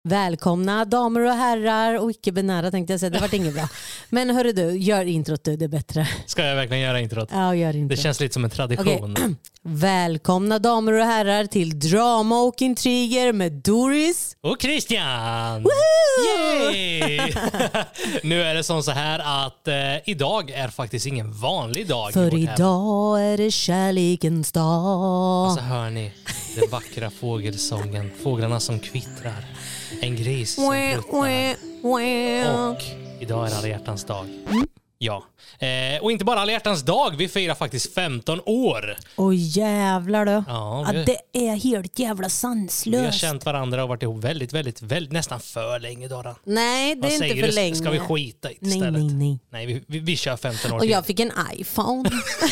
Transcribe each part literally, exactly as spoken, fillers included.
Välkomna damer och herrar och icke-binära tänkte jag säga, det vart inget bra. Men hörru du, gör introt du, det är bättre. Ska jag verkligen göra introt? Ja, gör introt. Det känns lite som en tradition. Okay. Välkomna damer och herrar till Drama och intriger med Doris och Christian. Yay! Nu är det som så här att eh, idag är faktiskt ingen vanlig dag. För idag hem. Är det kärlekens dag. Alltså hör ni den vackra fågelsången, fåglarna som kvittrar. En gris som pruttar. Och idag är alla hjärtans dag. Mm. Ja. Eh, och inte bara alla hjärtans dag, vi firar faktiskt femton år. Åh jävlar du. Ja, vi, ja, det är helt jävla sanslöst. Vi har känt varandra och varit ihop väldigt, väldigt, väldigt nästan för länge, Dora. Nej, det är inte för du? länge. Ska vi skita i nej, istället? Nej, nej, nej. Vi, vi, vi kör femton år och till. jag fick en iPhone.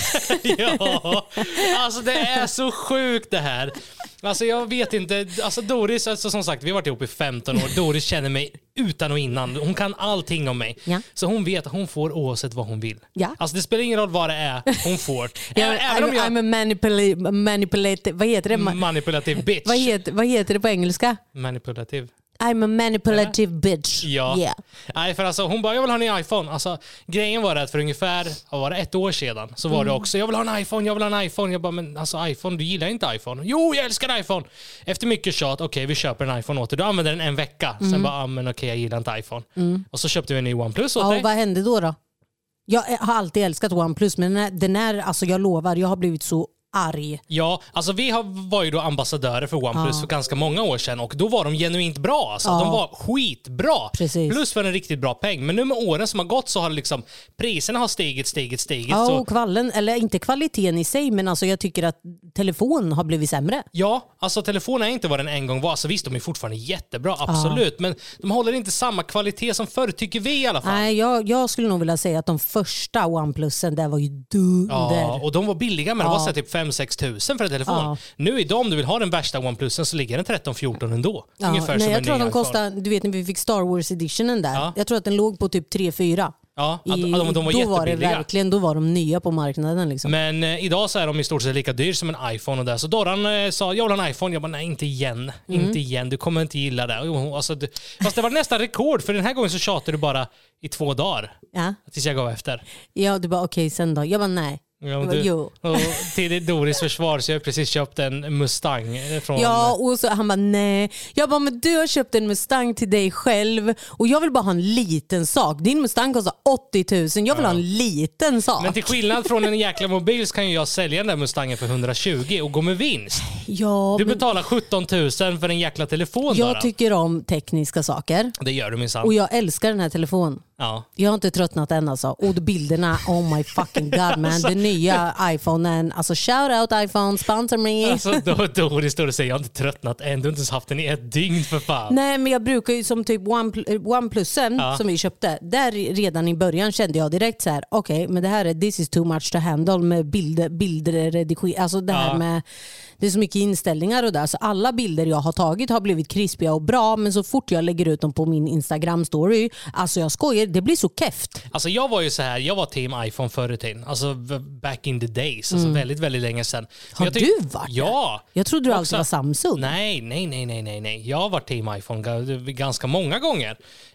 Ja, alltså det är så sjukt det här. Alltså jag vet inte, alltså Doris, alltså som sagt, vi har varit ihop i femton år. Doris känner mig utan och innan. Hon kan allting om mig. Ja. Så hon vet att hon får oavsett vad hon vill. Ja. Alltså det spelar ingen roll vad det är hon får. Ja, Även I'm, om jag... I'm a manipula- manipulative, vad heter det? Manipulative bitch. Vad heter, vad heter det på engelska? Manipulative. I'm a manipulative Eller? bitch. Ja. Yeah. Nej, för alltså, hon bara, jag vill ha en iPhone. Alltså, grejen var att för ungefär var det ett år sedan så var mm. det också, jag vill ha en iPhone, jag vill ha en iPhone. Jag bara, men alltså iPhone, du gillar inte iPhone. Jo, jag älskar iPhone. Efter mycket tjat, okej, okay, vi köper en iPhone åt dig. Du använder den en vecka. Mm. Sen bara, ah, men okej, okay, jag gillar inte iPhone. Mm. Och så köpte vi en ny OnePlus åt ja, dig. Och vad hände då då? Jag har alltid älskat OnePlus, men den är, den är, alltså jag lovar, jag har blivit så arg. Ja, alltså vi har, var ju då ambassadörer för OnePlus ja. för ganska många år sedan och då var de genuint bra. Alltså. Ja. De var skitbra. Precis. Plus för en riktigt bra peng. Men nu med åren som har gått så har liksom priserna har stigit, stigit, stigit. Ja, så... och kvallen, eller inte kvaliteten i sig, men alltså jag tycker att telefon har blivit sämre. Ja, alltså telefon är inte vad den en gång var. Alltså visst, de är fortfarande jättebra, absolut. Ja. Men de håller inte samma kvalitet som förr, tycker vi i alla fall. Nej, jag, jag skulle nog vilja säga att de första OnePlusen, där var ju dunder. Ja, och de var billiga, men ja. det var så typ fem sex tusen för en telefon. Ja. Nu idag om du vill ha den värsta OnePlusen så ligger den tretton fjorton ändå. Ja. Ungefär Nej, som jag en tror att de iPhone. kostar, du vet när vi fick Star Wars editionen där. Ja. Jag tror att den låg på typ tre fyra. Ja, I, de, de var då jättebilliga. Var det verkligen, då var de nya på marknaden. Liksom. Men eh, idag så är de i stort sett lika dyr som en iPhone. Och där. Så Doran eh, sa, jag vill ha en iPhone. Jag bara, nej inte igen. Mm. Inte igen, du kommer inte gilla det. Alltså, det. Fast det var nästan rekord, för den här gången så tjatade du bara i två dagar. Ja. Tills jag gav efter. Ja, du bara, okej, okay, sen då. Jag bara, nej. Ja, du, och till Doris försvar så jag har precis köpt en Mustang från... Ja, och så han bara nej. Jag bara, men du har köpt en Mustang till dig själv och jag vill bara ha en liten sak. Din Mustang kostar åttio tusen. Jag vill ja. ha en liten sak. Men till skillnad från en jäkla mobil så kan ju jag sälja den där Mustangen för hundratjugo och gå med vinst. Ja, du men... betalar sjutton tusen för en jäkla telefon. Jag bara. tycker om tekniska saker. Det gör du minsann. Och jag älskar den här telefonen. Ja. Jag har inte tröttnat än alltså. Och bilderna, oh my fucking god man. Den nya iPhonen, alltså shout out iPhone, sponsor me. Alltså då, Doris står och säger jag har inte tröttnat än. Du har inte ens haft den i ett dygn för fan. Nej, men jag brukar ju som typ OnePlusen ja. som vi köpte. Där redan i början kände jag direkt så här, okej, okay, men det här är this is too much to handle med bilder, bilder redigering. Alltså det här ja. med, det är så mycket inställningar och där. Så alla bilder jag har tagit har blivit krispiga och bra, men så fort jag lägger ut dem på min Instagram-story, alltså jag skojar, det blir så keft. Alltså jag var ju så här, jag var team iPhone förr i tiden. Alltså back in the days, alltså mm. väldigt, väldigt länge sedan. Har jag tyck- du varit Ja. Jag trodde du alltid var Samsung. Nej, nej, nej, nej, nej, nej. Jag har varit team iPhone g- ganska många gånger.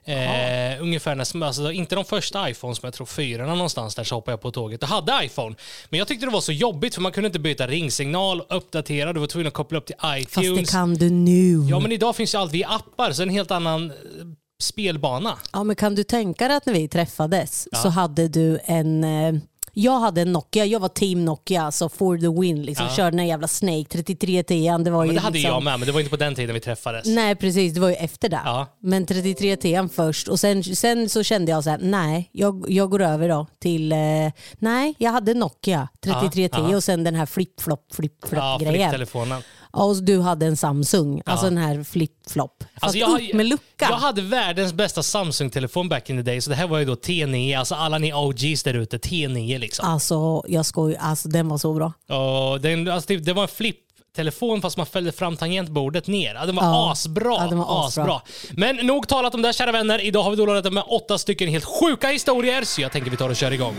Eh, ungefär nästan, alltså inte de första iPhones, men jag tror fyra någonstans där så hoppade jag på tåget och hade iPhone. Men jag tyckte det var så jobbigt för man kunde inte byta ringsignal, uppdatera, du var tvungen att koppla upp till iTunes. Fast det kan du nu. Ja, men idag finns ju allt via appar, så en helt annan spelbana. Ja, men kan du tänka dig att när vi träffades ja. så hade du en... Eh, jag hade en Nokia, jag var team Nokia, så for the win. Liksom. Ja. Körde den jävla Snake trettiotre tio. Det, var ja, ju men det hade liksom... jag med, men det var inte på den tiden vi träffades. Nej, precis. Det var ju efter det. Ja. Men trettiotre tio först. Och sen, sen så kände jag så här, nej, jag, jag går över då till... Eh, nej, jag hade Nokia trettiotre tio ja. ja. och sen den här flip-flop, flip-flop-grejen. Ja, flipp-telefonen. Och du hade en Samsung, ja. alltså den här flip-flop. Alltså jag, med lucka. Jag hade världens bästa Samsung-telefon back in the day, så det här var ju då T nio, alltså alla ni O Gs där ute, T nio liksom. Alltså, jag skojar, alltså den var så bra. Och den, alltså, det, det var en flip-telefon fast man följde fram tangentbordet ner. Ja, den var ja. asbra. Ja, den var asbra. asbra. Men nog talat om det, kära vänner. Idag har vi då låtit med åtta stycken helt sjuka historier, så jag tänker vi tar och kör igång.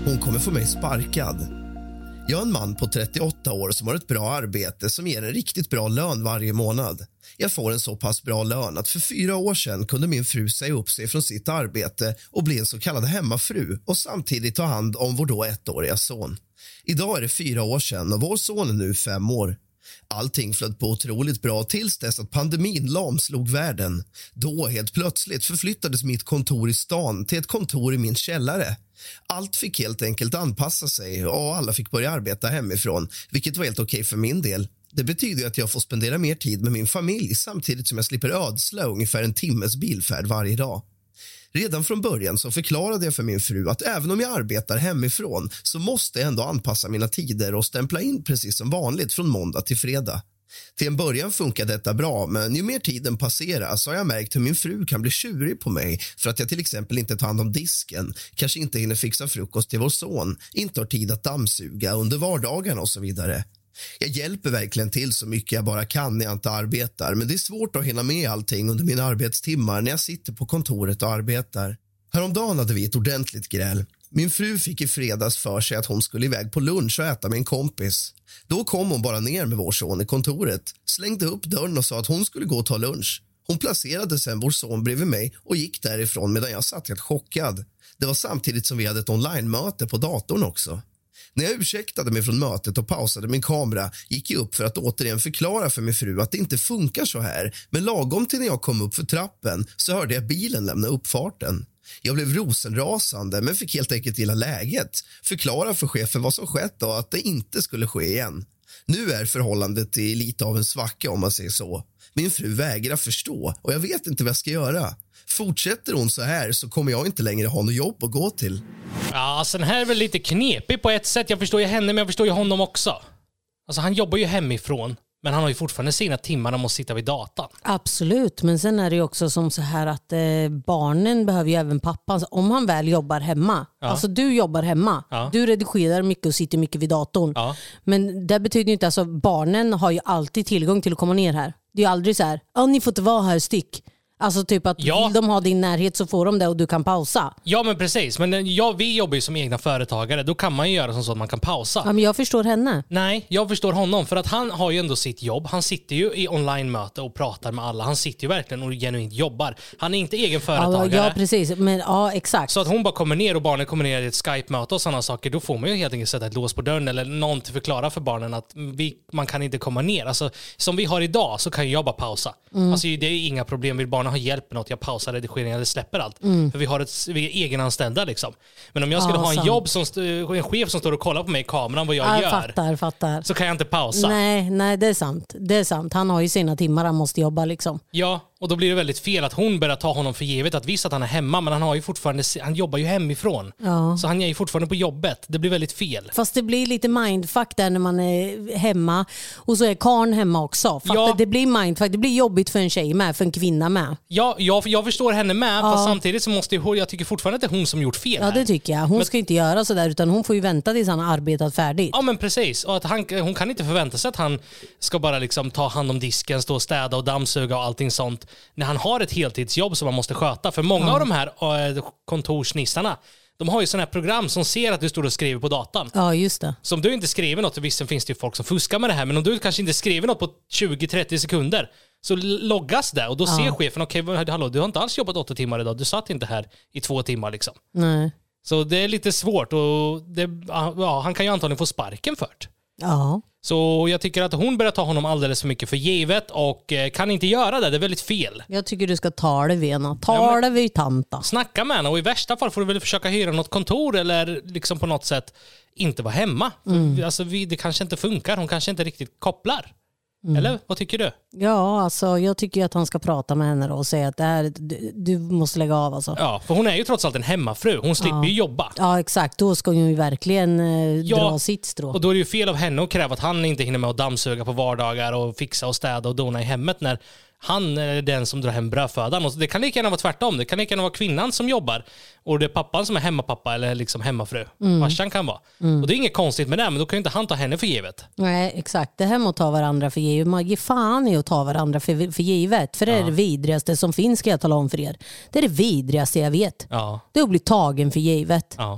Hon kommer få mig sparkad. Jag är en man på trettioåtta år som har ett bra arbete som ger en riktigt bra lön varje månad. Jag får en så pass bra lön att för fyra år sedan kunde min fru säga upp sig från sitt arbete och bli en så kallad hemmafru och samtidigt ta hand om vår då ettåriga son. Idag är det fyra år sedan och vår son är nu fem år. Allting flöt på otroligt bra tills dess att pandemin lamslog världen. Då helt plötsligt förflyttades mitt kontor i stan till ett kontor i min källare. Allt fick helt enkelt anpassa sig och alla fick börja arbeta hemifrån, vilket var helt okej för min del. Det betyder att jag får spendera mer tid med min familj samtidigt som jag slipper ödsla ungefär en timmes bilfärd varje dag. Redan från början så förklarade jag för min fru att även om jag arbetar hemifrån så måste jag ändå anpassa mina tider och stämpla in precis som vanligt från måndag till fredag. Till en början funkar detta bra, men ju mer tiden passerar så har jag märkt hur min fru kan bli tjurig på mig för att jag till exempel inte tar hand om disken, kanske inte hinner fixa frukost till vår son, inte har tid att dammsuga under vardagarna och så vidare. Jag hjälper verkligen till så mycket jag bara kan när jag inte arbetar, men det är svårt att hinna med allting under mina arbetstimmar när jag sitter på kontoret och arbetar. Häromdagen hade vi ett ordentligt gräl. Min fru fick i fredags för sig att hon skulle iväg på lunch och äta med en kompis. Då kom hon bara ner med vår son i kontoret, slängde upp dörren och sa att hon skulle gå och ta lunch. Hon placerade sen vår son bredvid mig och gick därifrån medan jag satt helt chockad. Det var samtidigt som vi hade ett online-möte på datorn också. När jag ursäktade mig från mötet och pausade min kamera gick jag upp för att återigen förklara för min fru att det inte funkar så här. Men lagom till när jag kom upp för trappen så hörde jag bilen lämna uppfarten. Jag blev rosenrasande men fick helt enkelt gilla läget. Förklara för chefen vad som skett och att det inte skulle ske igen. Nu är förhållandet i lite av en svacka om man säger så. Min fru vägrar förstå och jag vet inte vad jag ska göra. Fortsätter hon så här så kommer jag inte längre ha något jobb att gå till. Ja, alltså den här är väl lite knepig på ett sätt. Jag förstår ju henne men jag förstår ju honom också. Alltså han jobbar ju hemifrån. Men han har ju fortfarande sina timmar om att sitta vid datan. Absolut, men sen är det ju också som så här att eh, barnen behöver ju även pappa. Alltså, om han väl jobbar hemma. Ja. Alltså du jobbar hemma. Ja. Du redigerar mycket och sitter mycket vid datorn. Ja. Men det betyder ju inte, alltså barnen har ju alltid tillgång till att komma ner här. Det är ju aldrig så här, ja ni får inte vara här, stick. Alltså typ att ja. Vill de ha din närhet så får de det och du kan pausa. Ja men precis, men ja, vi jobbar ju som egna företagare. Då kan man ju göra som så att man kan pausa. Ja, men jag förstår henne. Nej, jag förstår honom. För att han har ju ändå sitt jobb. Han sitter ju i online-möte och pratar med alla. Han sitter ju verkligen och genuint jobbar. Han är inte egen företagare. Ja, ja precis, men ja exakt. Så att hon bara kommer ner och barnen kommer ner i ett Skype-möte och sådana saker. Då får man ju helt enkelt sätta ett lås på dörren. Eller någon till förklara för barnen att vi, man kan inte komma ner. Alltså, som vi har idag så kan jag bara pausa. Mm. Alltså det är inga problem. Vill barnen ha hjälp med något, jag pausar redigeringen eller släpper allt. Mm. För vi har ett, vi är egenanställda liksom. Men om jag skulle ja, ha en sant. jobb som en chef som står och kollar på mig i kameran vad jag ja, gör. Fattar, fattar. Så kan jag inte pausa. Nej, nej, det är sant. Det är sant. Han har ju sina timmar han måste jobba liksom. Ja, och då blir det väldigt fel att hon börjar ta honom för givet att visst att han är hemma, men han har ju fortfarande han jobbar ju hemifrån. Ja. Så han är ju fortfarande på jobbet. Det blir väldigt fel. Fast det blir lite mindfuck där när man är hemma och så är karn hemma också. Ja. Det blir mindfuck. Det blir jobbigt för en tjej med, för en kvinna med. Ja, jag, jag förstår henne med, ja. Fast samtidigt så måste jag, jag tycker fortfarande att det är hon som gjort fel. Ja, det tycker jag. Hon men, ska inte göra så där utan hon får ju vänta tills han har arbetat färdigt. Ja, men precis. Och att han, hon kan inte förvänta sig att han ska bara liksom ta hand om disken, stå och städa och dammsuga och allting sånt när han har ett heltidsjobb som man måste sköta. För många ja. av de här äh, kontorsnissarna, de har ju sådana här program som ser att du står och skriver på datan. Ja, just det. Så om du inte skriver något, visst finns det ju folk som fuskar med det här, men om du kanske inte skriver något på tjugo till trettio sekunder så loggas det och då ja. ser chefen, okej, okay, hallå, du har inte alls jobbat åtta timmar idag, du satt inte här i två timmar liksom. Nej. Så det är lite svårt och det, ja, han kan ju antagligen få sparken för det. Ja. Så jag tycker att hon börjar ta honom alldeles för mycket för givet och kan inte göra det. Det är väldigt fel. Jag tycker du ska ta det vid henne. Ta ja, det vid tanta. Snacka med henne och i värsta fall får du väl försöka hyra något kontor eller liksom på något sätt inte vara hemma. Mm. För, alltså, vi, det kanske inte funkar. Hon kanske inte riktigt kopplar. Mm. Eller vad tycker du? Ja, alltså jag tycker att han ska prata med henne då och säga att det här, du, du måste lägga av alltså. Ja, för hon är ju trots allt en hemmafru. Hon slipper ja. ju jobba. Ja, exakt. Då ska hon ju verkligen eh, ja. dra sitt strå. Och då är det ju fel av henne att kräva att han inte hinner med att dammsuga på vardagar och fixa och städa och dona i hemmet när han är den som drar hem brödfödan. Och det kan lika gärna vara tvärtom. Det kan lika gärna vara kvinnan som jobbar och det är pappan som är hemmapappa eller liksom hemmafru. Mm. Farsan kan vara. Mm. Och det är inget konstigt med det, men då kan ju inte han ta henne för givet. Nej, exakt. Det här med att ta varandra för givet. Man ger fan i att ta varandra för, för givet. För det är ja. det vidrigaste som finns, ska jag tala om för er. Det är det vidrigaste jag vet. Ja. Det är att bli tagen för givet. Ja.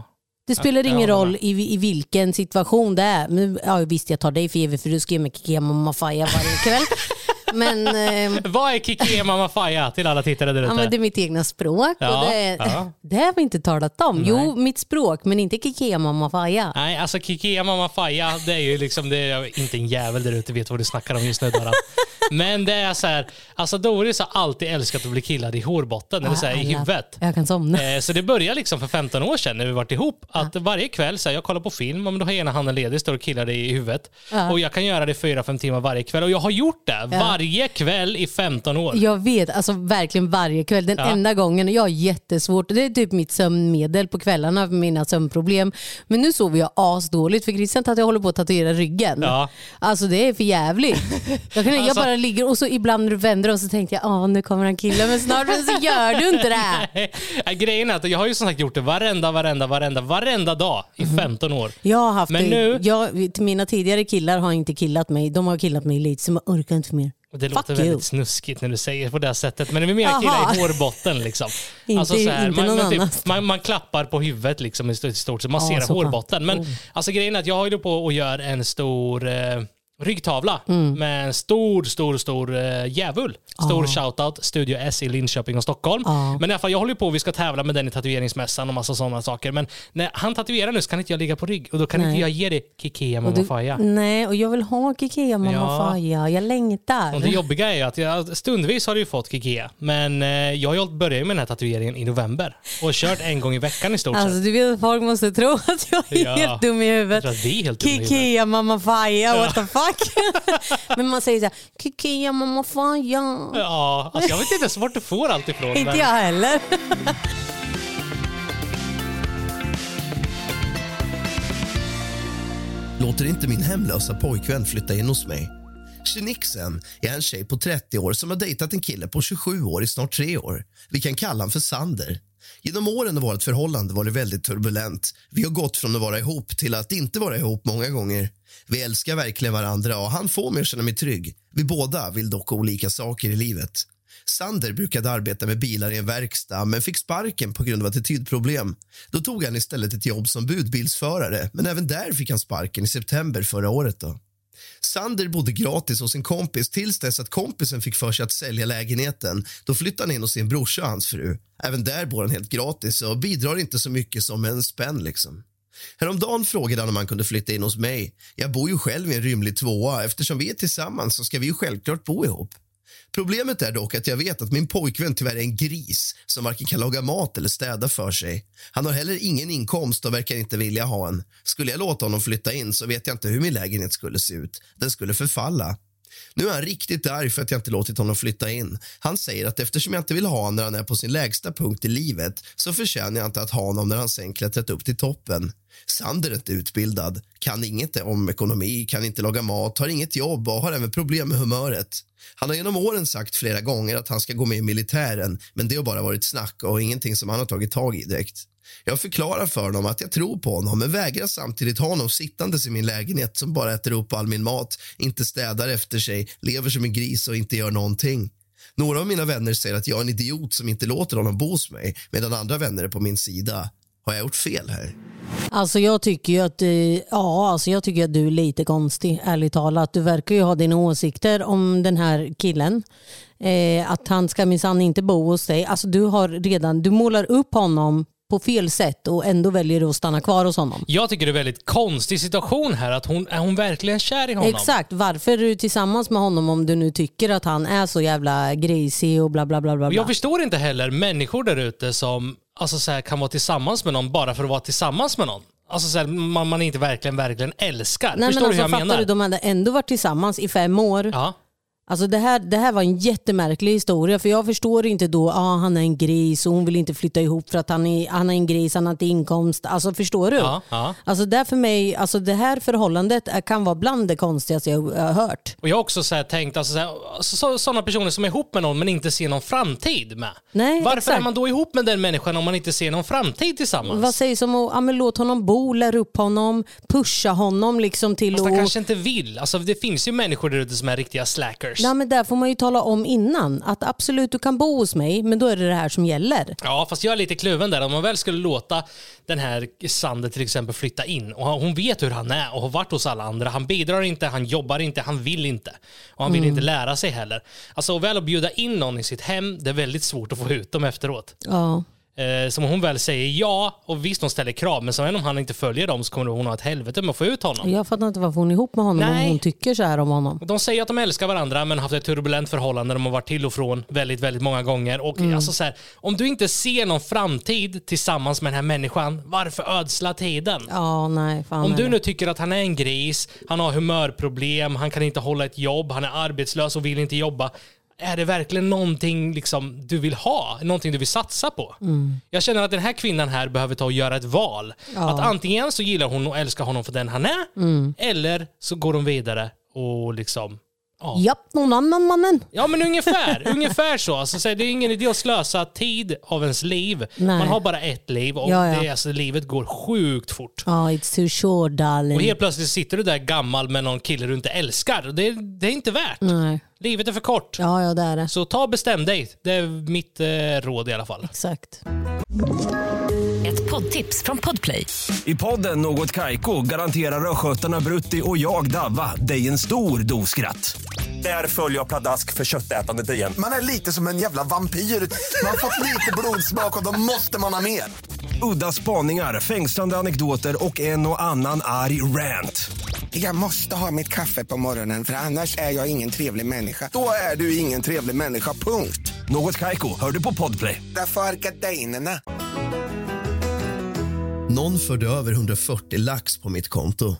Det spelar ja, ingen roll i, i vilken situation det är. Men, ja, visst, jag tar dig för evigt för du ska ge mig Kikea Mamma Faja varje kväll. Men, eh, vad är Kikea Mamma Faja till alla tittare där ute? Ja, men det är mitt egna språk. Ja, och det, ja. det har vi inte talat om. Nej. Jo, mitt språk, men inte Kikea Mamma Faja. Nej, alltså Kikea Mamma Faja, det är ju liksom, det är inte en jävel där ute vet vad du snackar om just nu. Där. Men det är så här, alltså Doris har alltid älskat att bli killad i hårbotten, ja, eller så här, i huvudet. Jag kan somna. Så det började liksom för femton år sedan när vi varit ihop, att ja. varje kväll så här, jag kollar på film, om du har ena handen ledig står och killar dig i huvudet. Ja. Och jag kan göra det fyra, fem timmar varje kväll. Och jag har gjort det ja. varje kväll i femton år. Jag vet, alltså verkligen varje kväll. Den ja. enda gången, jag har jättesvårt. Det är typ mitt sömnmedel på kvällarna för mina sömnproblem. Men nu sover jag asdåligt för Christian att jag håller på att tatuera ryggen. Ja. Alltså det är för jävligt. Jag, kan, alltså, jag bara ligger och så ibland när du vänder och så tänkte jag, ah nu kommer han killen, men snart så gör du inte det här. Ja, grejen är att jag har ju som sagt gjort det varenda, varenda, varenda, varenda dag i femton år. Jag har haft men det. Nu... Jag, mina tidigare killar har inte killat mig. De har killat mig lite så jag orkar inte mer. Det Fuck låter you. väldigt snuskigt när du säger på det sättet. Men det är mer killar i hårbotten liksom. inte, alltså så här, inte man, någon man, annan. typ, man, man klappar på huvudet liksom i stort så man ah, ser så hårbotten. Men oh. alltså grejen är att jag har ju på och gör en stor eh, ryggtavla mm. med en stor, stor, stor eh, djävul. Stor ah. shoutout, Studio S i Linköping och Stockholm. Ah. Men i alla fall, jag håller på, vi ska tävla med den i tatueringsmässan och massa sådana saker. Men när han tatuerar nu så kan inte jag ligga på rygg. Och då kan nej. inte jag ge det Kikea Mamma Faja. Nej, och jag vill ha Kikea Mamma ja. Faja. Jag längtar. Och det jobbiga är ju att jag, stundvis har du ju fått Kikea. Men eh, jag började med den här tatueringen i november. Och kört en gång i veckan i stort sett. Alltså du vet att folk måste tro att jag är ja. helt dum i huvudet. Jag tror att vi är helt dum i huvudet. Kikea Mamma Faja, what the fuck? Men man säger så här, Kikea Mamma Faja. Ja, alltså jag vet inte vart du får allt ifrån. Inte men... jag heller. Låter inte min hemlösa pojkvän flytta in hos mig. Shenixen är en tjej på trettio år som har dejtat en kille på tjugosju år i snart tre år. Vi kan kalla han för Sander. Genom åren av vårt förhållande var det väldigt turbulent. Vi har gått från att vara ihop till att inte vara ihop många gånger. Vi älskar verkligen varandra och han får mig att känna mig trygg. Vi båda vill dock olika saker i livet. Sander brukade arbeta med bilar i en verkstad men fick sparken på grund av attitydproblem. Då tog han istället ett jobb som budbilsförare, men även där fick han sparken i september förra året då. Sander bodde gratis hos en kompis tills dess att kompisen fick för sig att sälja lägenheten. Då flyttade han in hos sin brorsa och hans fru. Även där bor han helt gratis och bidrar inte så mycket som en spänn liksom. Häromdagen frågade han om han kunde flytta in hos mig. Jag bor ju själv i en rymlig tvåa. Eftersom vi är tillsammans så ska vi ju självklart bo ihop. Problemet är dock att jag vet att min pojkvän tyvärr är en gris som varken kan laga mat eller städa för sig. Han har heller ingen inkomst och verkar inte vilja ha en. Skulle jag låta honom flytta in så vet jag inte hur min lägenhet skulle se ut. Den skulle förfalla. Nu är han riktigt arg för att jag inte låtit honom flytta in. Han säger att eftersom jag inte vill ha honom när han är på sin lägsta punkt i livet så förtjänar jag inte att ha honom när han sen klättrat upp till toppen. Sander är inte utbildad, kan inget om ekonomi, kan inte laga mat, har inget jobb och har även problem med humöret. Han har genom åren sagt flera gånger att han ska gå med i militären, men det har bara varit snack och ingenting som han har tagit tag i direkt. Jag förklarar för honom att jag tror på honom men vägrar samtidigt ha honom sittandes i min lägenhet som bara äter upp all min mat, inte städar efter sig, lever som en gris och inte gör någonting. Några av mina vänner säger att jag är en idiot som inte låter honom bo hos mig medan andra vänner är på min sida. Har jag gjort fel här? Alltså jag tycker ju att, ja, alltså jag tycker att du är lite konstig, ärligt talat. Du verkar ju ha dina åsikter om den här killen. Eh, att han ska minsann inte bo hos dig. Alltså du har redan, du målar upp honom på fel sätt och ändå väljer att stanna kvar hos honom. Jag tycker det är en väldigt konstig situation här. Att hon, är hon verkligen kär i honom? Exakt. Varför är du tillsammans med honom om du nu tycker att han är så jävla grisig och bla bla bla bla? Jag förstår inte heller människor där ute som alltså, så här, kan vara tillsammans med någon bara för att vara tillsammans med någon. Alltså så här, man, man inte verkligen, verkligen älskar. Nej, förstår men du alltså, hur jag menar? Du, de hade ändå varit tillsammans i fem år. Ja. Alltså det här, det här var en jättemärklig historia för jag förstår inte då, ah, han är en gris och hon vill inte flytta ihop för att han är, han är en gris, han har inte inkomst. Alltså förstår du? Ja, ja. Alltså där för mig, alltså det här förhållandet kan vara bland det konstigaste jag har hört. Och jag har också så här tänkt, alltså så här, så, sådana personer som är ihop med någon men inte ser någon framtid med. Nej, varför exakt. är man då ihop med den människan om man inte ser någon framtid tillsammans? Vad sägs om att ja, men låt honom bo, lär upp honom, pusha honom liksom till Fast att... han kanske inte vill. Alltså det finns ju människor där ute som är riktiga slackers. hours. Ja, men där får man ju tala om innan att absolut du kan bo hos mig, men då är det det här som gäller. Ja, fast jag är lite kluven där. Om man väl skulle låta den här Sander till exempel flytta in och hon vet hur han är och har varit hos alla andra. Han bidrar inte, han jobbar inte, han vill inte. Och han vill mm. inte lära sig heller. Alltså väl att bjuda in någon i sitt hem, det är väldigt svårt att få ut dem efteråt. Ja. Eh, som hon väl säger ja, och visst hon ställer krav, men sen om han inte följer dem så kommer hon ha ett helvete med att få ut honom. Jag fattar inte varför hon är ihop med honom. Nej. Om hon tycker så här om honom. De säger att de älskar varandra men har haft ett turbulent förhållande. De har varit till och från väldigt, väldigt många gånger. Och mm. alltså så här, om du inte ser någon framtid tillsammans med den här människan, varför ödsla tiden? Ja, nej, fan om du nu tycker att han är en gris, han har humörproblem, han kan inte hålla ett jobb, han är arbetslös och vill inte jobba. Är det verkligen någonting liksom du vill ha? Någonting du vill satsa på? Mm. Jag känner att den här kvinnan här behöver ta och göra ett val. Ja. Att antingen så gillar hon och älskar honom för den han är. Mm. Eller så går de vidare och liksom... Ja, Japp, någon annan mannen. Ja, men ungefär. ungefär så. Alltså, så det är ingen idé att slösa tid av ens liv. Nej. Man har bara ett liv och ja, ja. Det, alltså, livet går sjukt fort. Ja, oh, it's too short, darling. Och helt plötsligt sitter du där gammal med någon kille du inte älskar. Det, det är inte värt. Nej. Livet är för kort. Ja, ja, det är det. Så ta bestäm dig. Det är mitt eh, råd i alla fall. Exakt. Ett poddtips från Podplay. I podden Något Kaiko garanterar röskötarna Brutti och jag Davva dig en stor doskratt. Där följer jag pladask för köttätandet igen. Man är lite som en jävla vampyr. Man har fått lite blodsmak och då måste man ha mer. Udda spaningar, fängslande anekdoter och en och annan arg rant. Jag måste ha mitt kaffe på morgonen för annars är jag ingen trevlig människa. Då är du ingen trevlig människa, punkt. Något Kaiko, hör du på Podplay. Därför är gardinerna. Någon förde över hundrafyrtio lax på mitt konto.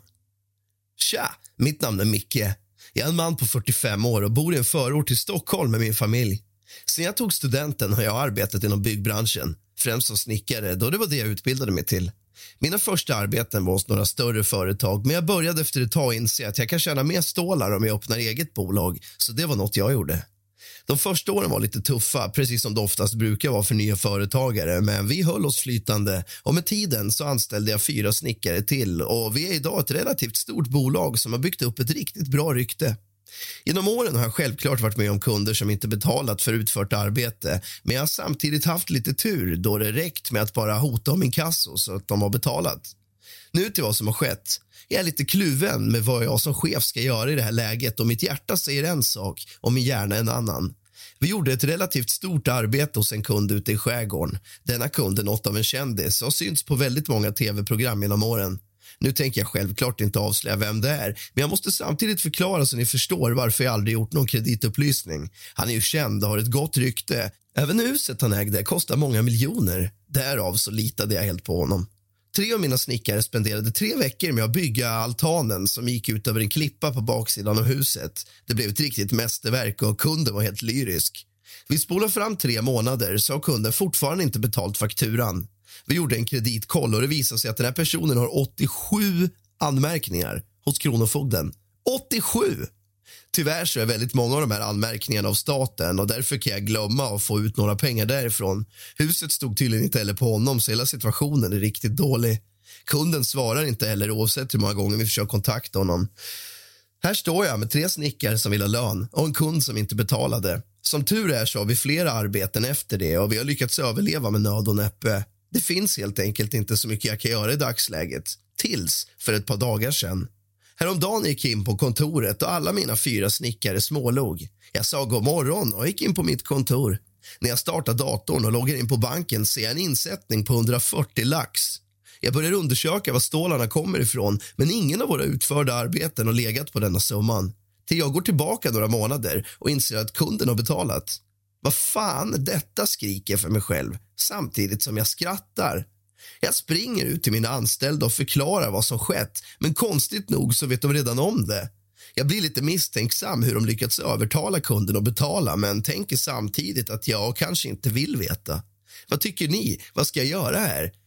Tja, mitt namn är Micke. Jag är en man på fyrtiofem år och bor i en förort till Stockholm med min familj. Sen jag tog studenten har jag arbetat inom byggbranschen, främst som snickare, då det var det jag utbildade mig till. Mina första arbeten var hos några större företag, men jag började efter ett tag inse att jag kan tjäna mer stålar om jag öppnar eget bolag, så det var något jag gjorde. De första åren var lite tuffa, precis som det oftast brukar vara för nya företagare, men vi höll oss flytande och med tiden så anställde jag fyra snickare till och vi är idag ett relativt stort bolag som har byggt upp ett riktigt bra rykte. Genom åren har jag självklart varit med om kunder som inte betalat för utfört arbete, men jag har samtidigt haft lite tur då det räckt med att bara hota om inkasso så att de har betalat. Nu till vad som har skett. Jag är lite kluven med vad jag som chef ska göra i det här läget och mitt hjärta säger en sak och min hjärna en annan. Vi gjorde ett relativt stort arbete hos en kund ute i skärgården. Denna kund är något av en kändis och har synts på väldigt många tv-program genom åren. Nu tänker jag självklart inte avslöja vem det är, men jag måste samtidigt förklara så ni förstår varför jag aldrig gjort någon kreditupplysning. Han är ju känd och har ett gott rykte. Även huset han ägde kostar många miljoner. Därav så litade jag helt på honom. Tre av mina snickare spenderade tre veckor med att bygga altanen som gick ut över en klippa på baksidan av huset. Det blev ett riktigt mästerverk och kunden var helt lyrisk. Vi spolar fram tre månader så har kunden fortfarande inte betalt fakturan. Vi gjorde en kreditkoll och det visade sig att den här personen har åttiosju anmärkningar hos Kronofogden. åttiosju! Tyvärr så är väldigt många av de här anmärkningarna av staten och därför kan jag glömma att få ut några pengar därifrån. Huset stod tydligen inte heller på honom så hela situationen är riktigt dålig. Kunden svarar inte heller oavsett hur många gånger vi försöker kontakta honom. Här står jag med tre snickare som vill ha lön och en kund som inte betalade. Som tur är så har vi flera arbeten efter det och vi har lyckats överleva med nöd och näppe. Det finns helt enkelt inte så mycket jag kan göra i dagsläget. Tills för ett par dagar sedan. Häromdagen gick jag in på kontoret och alla mina fyra snickare smålog. Jag sa god morgon och gick in på mitt kontor. När jag startar datorn och loggar in på banken ser jag en insättning på hundrafyrtio lax. Jag börjar undersöka var stålarna kommer ifrån, men ingen av våra utförda arbeten har legat på denna summan. Till jag går tillbaka några månader och inser att kunden har betalat. Vad fan är detta, skriker för mig själv, samtidigt som jag skrattar. Jag springer ut till mina anställda och förklarar vad som skett, men konstigt nog så vet de redan om det. Jag blir lite misstänksam hur de lyckats övertala kunden att betala, men tänker samtidigt att jag kanske inte vill veta. Vad tycker ni? Vad ska jag göra här?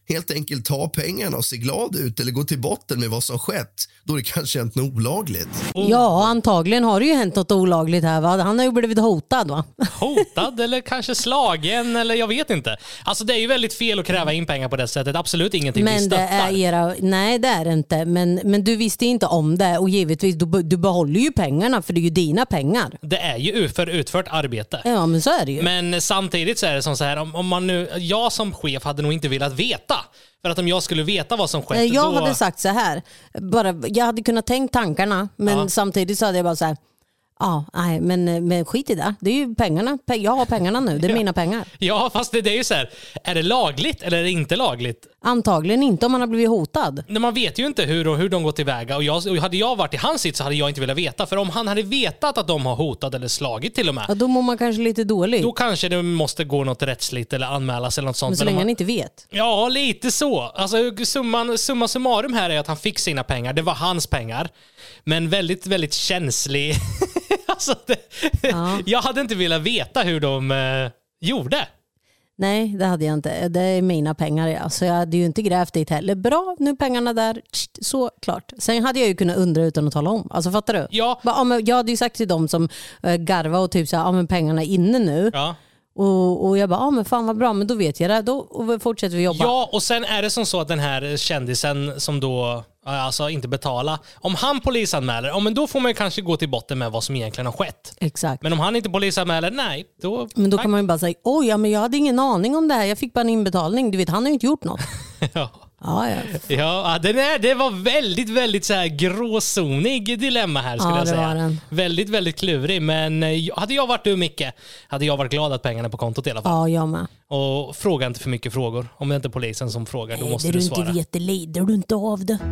Helt enkelt ta pengarna och se glad ut eller gå till botten med vad som skett. Då är det kanske hänt något olagligt. Ja, antagligen har det ju hänt något olagligt här, va? Han har ju blivit hotad, va? Hotad eller kanske slagen eller jag vet inte. Alltså det är ju väldigt fel att kräva in pengar på det sättet. Absolut ingenting vi Men det stöttar. är era, nej det är det inte. Men, men du visste inte om det och givetvis du, du behåller ju pengarna för det är ju dina pengar. Det är ju för utfört arbete. Ja, men så är det ju. Men samtidigt så är det som så här, om, om man nu, jag som chef hade nog inte velat veta. För att om jag skulle veta vad som skett, Jag då... hade sagt så här, bara, jag hade kunnat tänka tankarna, men Ja. samtidigt så hade jag bara så här, ja, nej, men, men skit i det. Det är ju pengarna. Jag har pengarna nu, det är mina pengar. Ja, fast det, det är ju så här, är det lagligt eller är det inte lagligt? Antagligen inte om man har blivit hotad. Nej, man vet ju inte hur, och hur de går tillväga. Och, jag, och hade jag varit i hans sitt så hade jag inte velat veta. För om han hade vetat att de har hotat eller slagit till och med, Ja, då mår man kanske lite dåligt. då kanske det måste gå något rättsligt eller anmälas eller något sånt. Men så Men om länge han- han inte vet. Ja, lite så. Alltså, summan, summa summarum här är att han fick sina pengar. Det var hans pengar. Men väldigt, väldigt känslig. alltså, det, Ja. Jag hade inte velat veta hur de eh, gjorde. Nej, det hade jag inte. Det är mina pengar, ja. Så jag hade ju inte grävt dit heller. Bra, nu är pengarna där. Så klart. Sen hade jag ju kunnat undra utan att tala om. Alltså fattar du? Ja. Bara, ja, men jag hade ju sagt till dem som äh, garva och typ så här, ja men pengarna är inne nu. Ja. Och, och jag bara, ja men fan vad bra, men då vet jag det. Då och fortsätter vi jobba. Ja, och sen är det som så att den här kändisen som då alltså inte betala, om han polisanmäler, ja, men då får man ju kanske gå till botten med vad som egentligen har skett. Exakt. Men om han inte polisanmäler, nej, då... Men då kan man ju bara säga, oj ja, men jag hade ingen aning om det här. Jag fick bara en inbetalning. Du vet, han har ju inte gjort något. ja. Ja, ja. Ja, den är, det var väldigt, väldigt så här gråzonig dilemma här skulle Ja, jag det säga. var den. Väldigt, väldigt klurig. Men eh, hade jag varit du, Micke, hade jag varit glad att pengarna är på kontot i alla fall. Ja, jag med. Och fråga inte för mycket frågor. Om det inte är polisen som frågar, då Nej, måste det du du svara. inte vet, det lider du inte av det.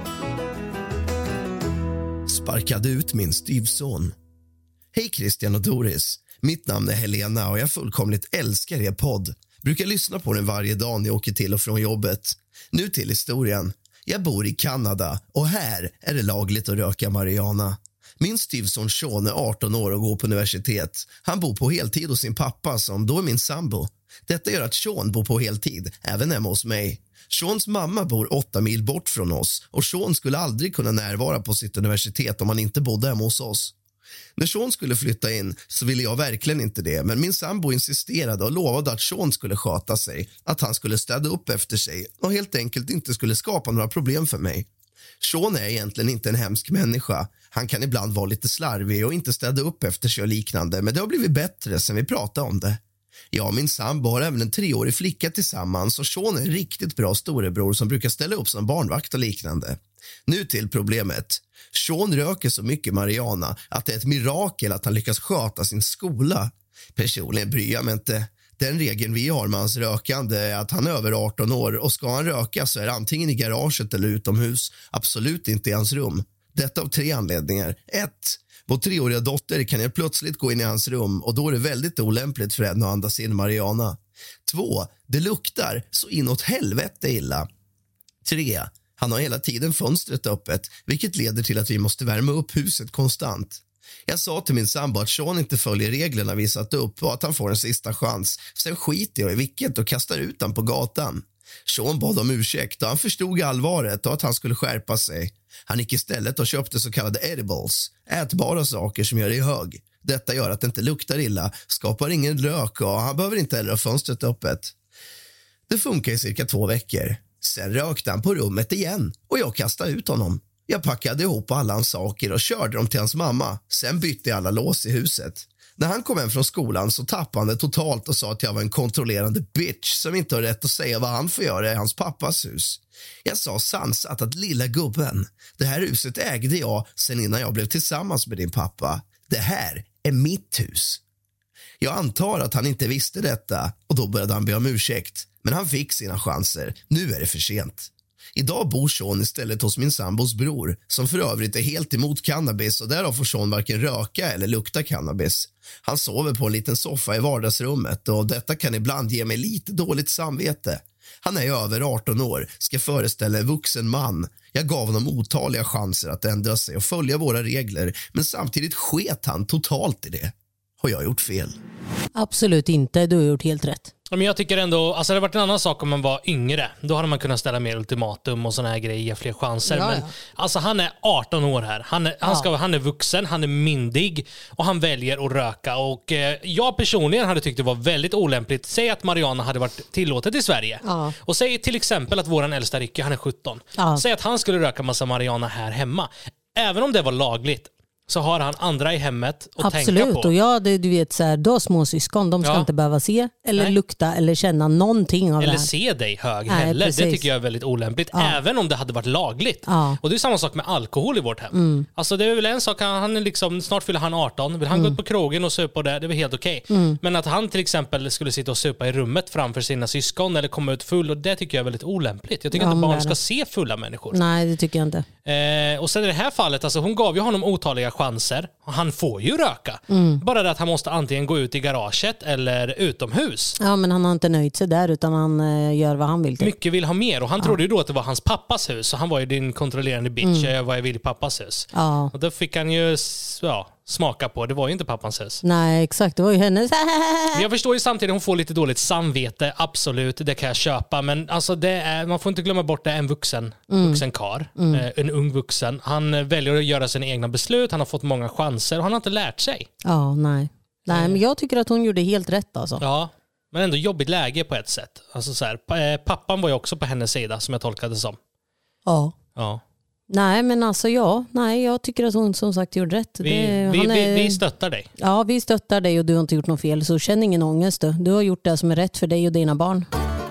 Sparkade ut min styvson. Hej Christian och Doris. Mitt namn är Helena och jag fullkomligt älskar er podd. Brukar lyssna på den varje dag när jag åker till och från jobbet. Nu till historien. Jag bor i Kanada och här är det lagligt att röka marijuana. Min styvson Sean är arton år och går på universitet. Han bor på heltid hos sin pappa som då är min sambo. Detta gör att Sean bor på heltid, även hemma hos mig. Seans mamma bor åtta mil bort från oss och Sean skulle aldrig kunna närvara på sitt universitet om han inte bodde hemma hos oss. När Sean skulle flytta in så ville jag verkligen inte det, men min sambo insisterade och lovade att Sean skulle sköta sig, att han skulle städa upp efter sig och helt enkelt inte skulle skapa några problem för mig. Sean är egentligen inte en hemsk människa. Han kan ibland vara lite slarvig och inte städa upp efter sig och liknande, men det har blivit bättre sen vi pratade om det. Jag och min sambo har även en treårig flicka tillsammans och Sean är en riktigt bra storebror som brukar ställa upp som barnvakt och liknande. Nu till problemet. Sean röker så mycket marijuana att det är ett mirakel att han lyckas sköta sin skola. Personligen bryr jag mig inte. Den regeln vi har med hans rökande är att han är över arton år och ska han röka så är det antingen i garaget eller utomhus. Absolut inte i hans rum. Detta av tre anledningar. ett. Vår treåriga dotter kan helt plötsligt gå in i hans rum och då är det väldigt olämpligt för henne att andas in marijuana. två. Det luktar så inåt helvete illa. tre. Han har hela tiden fönstret öppet, vilket leder till att vi måste värma upp huset konstant. Jag sa till min sambo att Sean inte följer reglerna vi satt upp och att han får en sista chans. Sen skiter jag i vilket och kastar ut han på gatan. Sean bad om ursäkt och han förstod allvaret och att han skulle skärpa sig. Han gick istället och köpte så kallade edibles, ätbara saker som gör dig hög. Detta gör att det inte luktar illa, skapar ingen rök och han behöver inte heller ha fönstret öppet. Det funkar i cirka två veckor. Sen rökte han på rummet igen och jag kastade ut honom. Jag packade ihop alla hans saker och körde dem till hans mamma. Sen bytte jag alla lås i huset. När han kom hem från skolan så tappade han det totalt och sa att jag var en kontrollerande bitch som inte har rätt att säga vad han får göra i hans pappas hus. Jag sa sansat att lilla gubben, det här huset ägde jag sen innan jag blev tillsammans med din pappa. Det här är mitt hus. Jag antar att han inte visste detta och då började han be om ursäkt. Men han fick sina chanser. Nu är det för sent. Idag bor Sean istället hos min sambos bror som för övrigt är helt emot cannabis och därav får Sean varken röka eller lukta cannabis. Han sover på en liten soffa i vardagsrummet och detta kan ibland ge mig lite dåligt samvete. Han är över arton år, ska föreställa en vuxen man. Jag gav honom otaliga chanser att ändra sig och följa våra regler, men samtidigt sket han totalt i det. Har jag gjort fel? Absolut inte, du har gjort helt rätt. Men jag tycker ändå, alltså det hade varit en annan sak om man var yngre. Då hade man kunnat ställa mer ultimatum och såna här grejer, ge fler chanser. Ja, men ja. alltså han är arton år här. Han är, han, ska, han är vuxen, han är myndig och han väljer att röka. Och eh, jag personligen hade tyckt det var väldigt olämpligt. Säg att marijuana hade varit tillåtet i Sverige. Ja. Och säg till exempel att våran äldsta Ricky, han är sjutton. Ja. Säg att han skulle röka massa marijuana här hemma. Även om det var lagligt, så har han andra i hemmet att Absolut. tänka på. Och ja, det, du vet så här, då små syskon, de ska Ja. inte behöva se eller Nej. lukta eller känna någonting av Eller det här. se dig hög Nej, heller. precis. Det tycker jag är väldigt olämpligt. Ja. Även om det hade varit lagligt. Ja. Och det är samma sak med alkohol i vårt hem. Mm. Alltså det är väl en sak, han är liksom, snart fyller han arton. Vill han Mm. gå ut på krogen och supa det, det är väl helt okej. Mm. Men att han till exempel skulle sitta och supa i rummet framför sina syskon eller komma ut full, och det tycker jag är väldigt olämpligt. Jag tycker Ja, inte men barn det är ska det. se fulla människor. Nej, det tycker jag inte. Eh, och sen i det här fallet, alltså hon gav ju honom otaliga chanser. Han får ju röka. Mm. Bara det att han måste antingen gå ut i garaget eller utomhus. Ja, men han har inte nöjt sig där utan han eh, gör vad han vill. Typ. Mycket vill ha mer och han trodde ju då att det var hans pappas hus. Så han var ju din kontrollerande bitch. Jag vad jag vill i pappas hus. Ja. Och då fick han ju ja, smaka på. Det var ju inte pappans hus. Nej, exakt. Det var ju hennes. Men jag förstår ju samtidigt hon får lite dåligt samvete. Absolut, det kan jag köpa. Men alltså det är, man får inte glömma bort det är en vuxen, Mm. vuxen kar. Eh, en ung vuxen. Han eh, väljer att göra sina egna beslut. Han har fått många chanser och han har inte lärt sig. Ja, nej. Nej, men jag tycker att hon gjorde helt rätt alltså. Ja, men ändå jobbigt läge på ett sätt. Alltså så här, pa- eh, pappan var ju också på hennes sida som jag tolkade det som. Ja. Ja. Nej, men alltså ja. Nej, jag tycker att hon som sagt gjorde rätt. Vi, det, vi, han är, vi, vi stöttar dig. Ja, vi stöttar dig och du har inte gjort något fel. Så känn ingen ångest du. Du har gjort det som är rätt för dig och dina barn.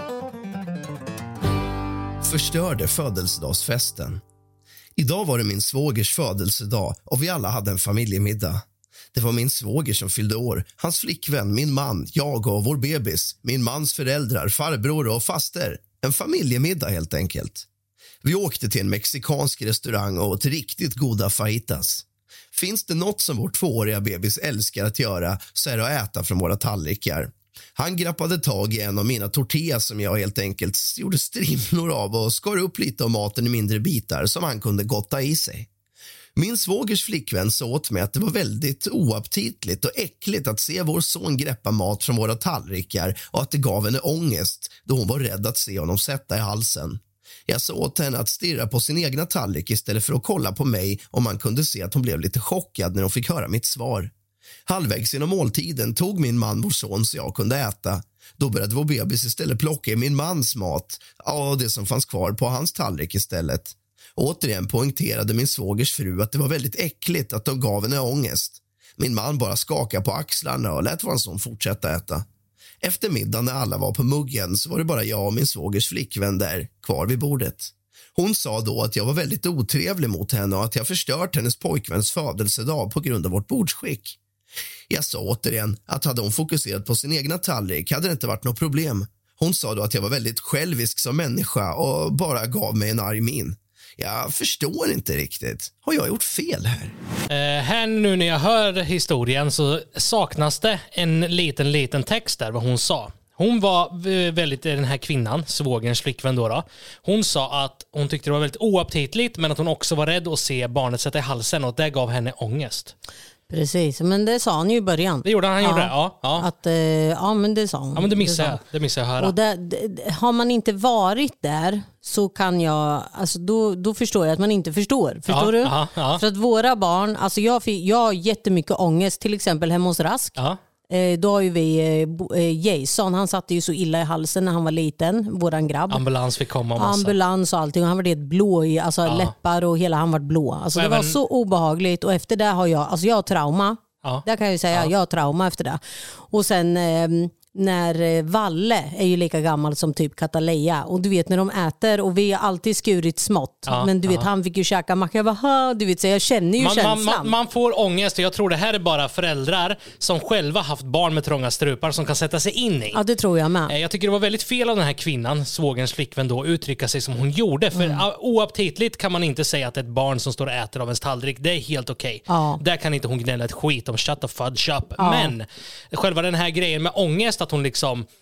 Förstörde födelsedagsfesten. Idag var det min svågers födelsedag och vi alla hade en familjemiddag. Det var min svåger som fyllde år, hans flickvän, min man, jag och vår bebis, min mans föräldrar, farbror och faster. En familjemiddag helt enkelt. Vi åkte till en mexikansk restaurang och åt riktigt goda fajitas. Finns det något som vår tvååriga bebis älskar att göra så är det att äta från våra tallrikar. Han grappade tag i en av mina tortillas som jag helt enkelt gjorde strimlor av och skar upp lite av maten i mindre bitar som han kunde gotta i sig. Min svågers flickvän sa åt mig att det var väldigt oaptitligt och äckligt att se vår son greppa mat från våra tallrikar och att det gav henne ångest då hon var rädd att se honom sätta i halsen. Jag sa åt henne att stirra på sin egna tallrik istället för att kolla på mig och man kunde se att hon blev lite chockad när hon fick höra mitt svar. Halvvägs genom måltiden tog min man vår son så jag kunde äta. Då började vår bebis istället plocka i min mans mat, ja, det som fanns kvar på hans tallrik istället. Återigen poängterade min svågers fru att det var väldigt äckligt att de gav henne ångest. Min man bara skakade på axlarna och lät vår son fortsätta äta. Efter middagen när alla var på muggen så var det bara jag och min svågers flickvän där, kvar vid bordet. Hon sa då att jag var väldigt otrevlig mot henne och att jag förstört hennes pojkväns födelsedag på grund av vårt bordsskick. Jag sa återigen att hade hon fokuserat på sin egna tallrik hade det inte varit något problem. Hon sa då att jag var väldigt självisk som människa och bara gav mig en arg min. Jag förstår inte riktigt. Har jag gjort fel här? Eh, här nu när jag hör historien så saknas det en liten, liten text där vad hon sa. Hon var eh, väldigt, den här kvinnan, svågerns flickvän då, då. Hon sa att hon tyckte det var väldigt oaptitligt men att hon också var rädd att se barnet sätta i halsen och det gav henne ångest. Precis, men det sa han ju i början. Det gjorde han, han ja. gjorde det, ja. Ja. Att, eh, ja, men det sa hon. Ja, men det missar sa jag. Det missar jag höra. Och det, det, har man inte varit där så kan jag, alltså då, då förstår jag att man inte förstår. Förstår Ja, du? aha, ja. För att våra barn, alltså jag, fick, jag har jättemycket ångest, till exempel hemma hos Rask. Ja. Eh, då har ju vi eh, bo- eh, Jason, han satte ju så illa i halsen när han var liten, våran grabb. Ambulans fick komma och massa. Ambulans och allting. Han var helt blå i alltså Ja. läppar och hela han var blå. Alltså Och det var även- så obehagligt och efter det har jag, alltså jag har trauma. Ja. Det kan jag ju säga, Ja. jag har trauma efter det. Och sen eh, när eh, Valle är ju lika gammal som typ Kataleja och du vet när de äter och vi har alltid skurit smått. Ja, Men du vet ja. han fick ju käka macka. Jag bara, "Ha", du vet så jag känner ju Man, känslan. man, man, man får ångest och jag tror det här är bara föräldrar som själva haft barn med trånga strupar som kan sätta sig in i. Ja det tror jag med. Eh, Jag tycker det var väldigt fel av den här kvinnan, svågerns flickvän då, att uttrycka sig som hon gjorde. För Mm. mm. oaptitligt kan man inte säga att ett barn som står och äter av ens tallrik, det är helt okej. Ja. Där kan inte hon gnälla ett skit om shut the fudge up. Ja. Men själva den här grejen med ångest, att hon liksom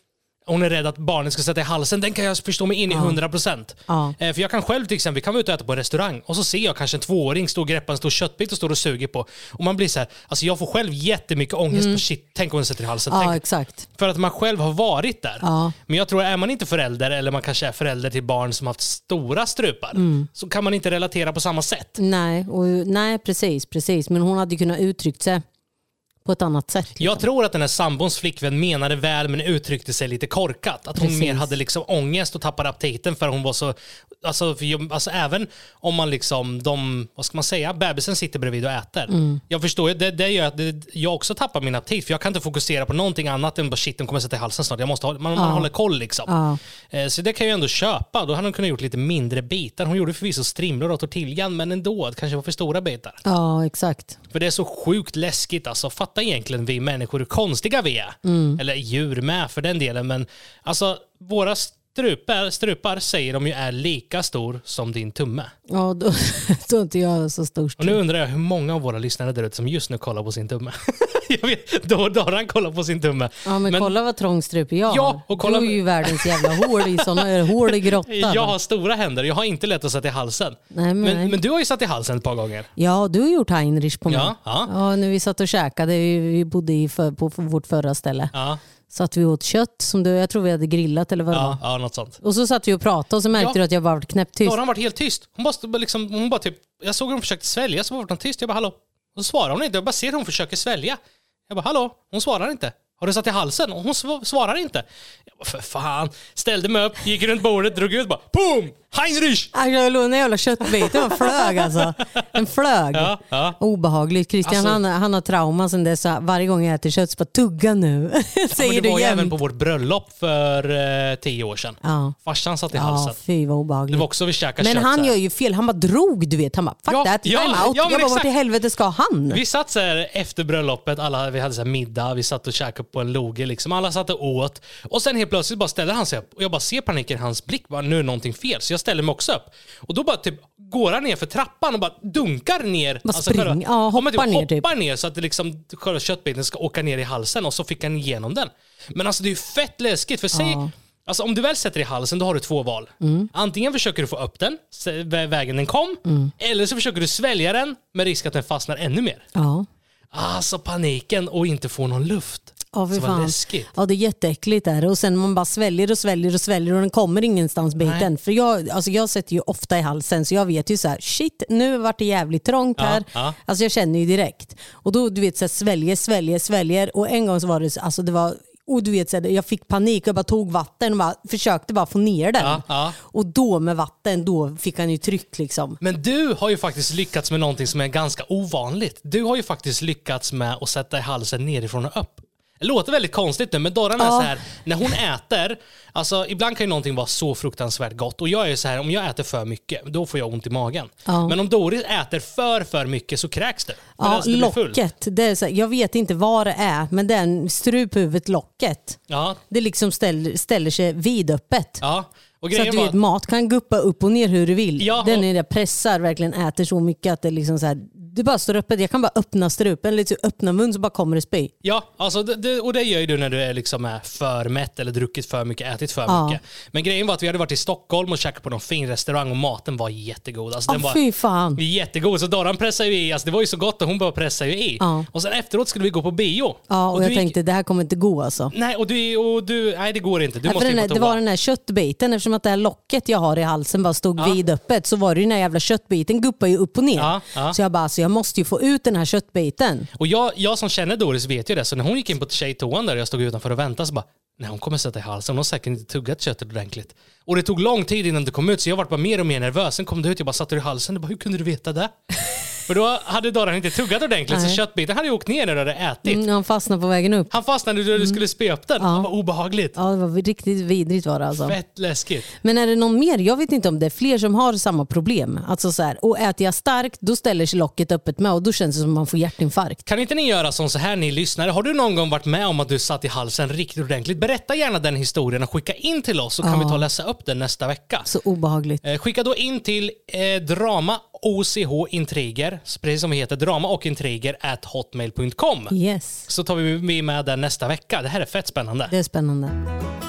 hon är rädd att barnet ska sätta i halsen. Den kan jag förstå mig in i hundra procent. Ja. Eh, för jag kan själv till exempel, vi kan vara ute och äta på en restaurang och så ser jag kanske en tvååring stå och greppa en stor köttbit och står och suger på. Och man blir så här, alltså jag får själv jättemycket ångest Mm. på shit, tänk om den sätter i halsen. Ja, tänk. exakt. För att man själv har varit där. Ja. Men jag tror, är man inte förälder eller man kanske är förälder till barn som har haft stora strupar Mm. så kan man inte relatera på samma sätt. Nej, och, nej precis, precis. Men hon hade kunnat uttryckt sig på ett annat sätt. Liksom. Jag tror att den här sambons flickvän menade väl men uttryckte sig lite korkat. Att hon Precis. mer hade liksom ångest och tappade aptiten för hon var så... Alltså, för jag, alltså även om man liksom... De, vad ska man säga? Bebisen sitter bredvid och äter. Mm. Jag förstår, det, det gör att det, jag också tappar min aptit. För jag kan inte fokusera på någonting annat än bara shit, den kommer sätta i halsen snart. Jag måste ha, man, Ja. man håller koll liksom. Ja. Eh, så det kan jag ändå köpa. Då hade hon kunnat gjort lite mindre bitar. Hon gjorde förvisso strimlor och tortiljan men ändå, det kanske var för stora bitar. Ja, exakt. För det är så sjukt läskigt. Alltså, fatta egentligen vi människor hur konstiga vi är. Mm. Eller djur med för den delen. Men alltså, våra strupar, strupar säger de ju är lika stor som din tumme. Ja, då, då är inte jag så stor. Och nu undrar jag hur många av våra lyssnare där ute som just nu kollar på sin tumme. Jag vet, då, då har han kollat på sin tumme. Ja, men, Men- kolla vad trångstrup jag Ja, har. och kolla- Du är ju världens jävla hål i sådana hål i grottan. Jag har stora händer. Jag har inte lätt att sätta i halsen. Nej, men, Men, men du har ju satt i halsen ett par gånger. Ja, du har gjort Heinrich på mig. Ja, ja. Ja, när vi satt och käkade, vi, vi bodde i för, på vårt förra ställe. Ja, Satt vi åt kött som du, jag tror vi hade grillat eller vad det var. ja, ja något sånt. Och så satt vi och pratade och så märkte Ja. du att jag bara var knäpptyst. Då har han varit helt tyst. Hon bara, stod liksom, hon bara typ, jag såg hon försökte svälja så var hon tyst. Jag bara hallå. Och så svarar hon inte. Jag bara ser hon försöker svälja. Jag bara hallå. Hon svarar inte. Har du satt i halsen? Och hon sv- svarar inte. Jag bara för fan. Ställde mig upp, gick runt bordet, drog ut bara boom! Heinrich! Aj, jag låg en jävla köttbit. Det var flög alltså. En flög. Ja, ja. Obehagligt. Christian Alltså- han, han har trauma sen dess. Så varje gång jag äter kött så bara tugga nu. Ja, Säger men det det var ju även jämt. på vårt bröllop för eh, tio år sedan. Ja. Farsan satt i Ja, halsen. fy vad Det obehagligt. var också vi käkade Men kött. han så här. gör ju fel. Han bara drog, du vet. Han bara, fuck Ja, that, ja, time out. ja, men jag bara, vart exakt. i helvete ska han? Vi satt så här efter bröllopet, alla, vi hade så här middag, vi satt och käkade på en loge liksom. Alla satt och åt. Och sen helt plötsligt bara ställer han sig upp och jag bara ser paniken i hans blick, bara, nu är någonting fel. Så jag ställer mig också upp. Och då bara typ går han ner för trappan och bara dunkar ner. Bara spring. Ja, men hoppar ner, typ. hoppar ner så att det liksom, själva köttbiten ska åka ner i halsen och så fick han igenom den. Men alltså det är ju fett läskigt för säg, Ja. alltså om du väl sätter i halsen då har du två val. Mm. Antingen försöker du få upp den, se- vä- vägen den kom, eller så försöker du svälja den med risk att den fastnar ännu mer. Ja. Alltså paniken och inte få någon luft. Ja, för Så vad fan. läskigt. Ja, det är jätteäckligt där. Och sen man bara sväljer och sväljer och sväljer och den kommer ingenstans biten. För jag, alltså jag sätter ju ofta i halsen så jag vet ju så här, shit, nu vart det jävligt trångt här. Ja, ja. Alltså jag känner ju direkt. Och då du vet så här, sväljer, sväljer, sväljer och en gång så var det så- alltså det var och du vet så här, jag fick panik och jag bara tog vatten och bara försökte bara få ner den. Ja, ja. Och då med vatten, då fick han ju tryck liksom. Men du har ju faktiskt lyckats med någonting som är ganska ovanligt. Du har ju faktiskt lyckats med att sätta i halsen nerifrån och upp. Det låter väldigt konstigt nu, men Dorran är Ja. så här, när hon äter, alltså ibland kan ju någonting vara så fruktansvärt gott och jag är ju så här, om jag äter för mycket, då får jag ont i magen. Ja. Men om Doris äter för för mycket så kräks det. Ja, Alltså, det blir fullt. locket. Det är så här, jag vet inte vad det är, men den struphuvudet locket. Ja, Det liksom ställer, ställer sig vidöppet. ja. Och Så grejen att du var, vet, mat kan guppa upp och ner hur du vill. Ja, Den och- är där pressar, verkligen äter så mycket att det liksom så här, du bara står öppet. Jag kan bara öppna strupen, lite så öppna mun så bara kommer det spy. ja, alltså det, det, och det gör ju du när du är liksom är för mätt eller druckit för mycket, ätit för Ja. mycket. Men grejen var att vi hade varit i Stockholm och käkat på någon fin restaurang och maten var jättegod. Alltså, den Ja, var fy fan. jättegod. Så Dorran pressade ju i, alltså det var ju så gott och hon bara pressade ju i. Ja. Och sen efteråt skulle vi gå på bio. Ja, och, du jag gick- tänkte det här kommer inte gå alltså. Nej, och du, och du, nej det går inte. Du Ja, för måste den in här, på det toa. var den här köttbiten, eftersom att det här locket jag har i halsen bara stod Ja. vidöppet, så var det ju den här jävla köttbiten guppar ju upp och ner. Ja, ja. Så jag bara, alltså, jag måste ju få ut den här köttbiten. Och jag, jag som känner Doris vet ju det, så när hon gick in på tjejtoan där och jag stod utanför och väntade så bara, nej hon kommer sätta i halsen, hon har säkert inte tuggat köttet ordentligt. Och det tog lång tid innan det kom ut så jag var bara mer och mer nervös. Sen kom det ut, jag bara satte det i halsen och bara, hur kunde du veta det? För då hade Dorran inte tuggat ordentligt Nej. så köttbiten hade ju åkt ner när du hade ätit. Mm, han fastnade på vägen upp. Han fastnade när du skulle spy upp den. Det var obehagligt. Ja, det var riktigt vidrigt var det alltså. Fett läskigt. Men är det någon mer? Jag vet inte om det är fler som har samma problem. Alltså så här, och äter jag starkt, då ställer sig locket öppet med och då känns det som att man får hjärtinfarkt. Kan inte ni göra som så här ni lyssnare? Har du någon gång varit med om att du satt i halsen riktigt ordentligt? Berätta gärna den historien och skicka in till oss så kan Ja. vi ta och läsa upp den nästa vecka. Så obehagligt. Eh, skicka då in till eh, drama O C H intriger, precis som vi heter, drama och intriger at hotmail punkt com. Yes, Så tar vi med den nästa vecka. Det här är fett spännande. det är spännande.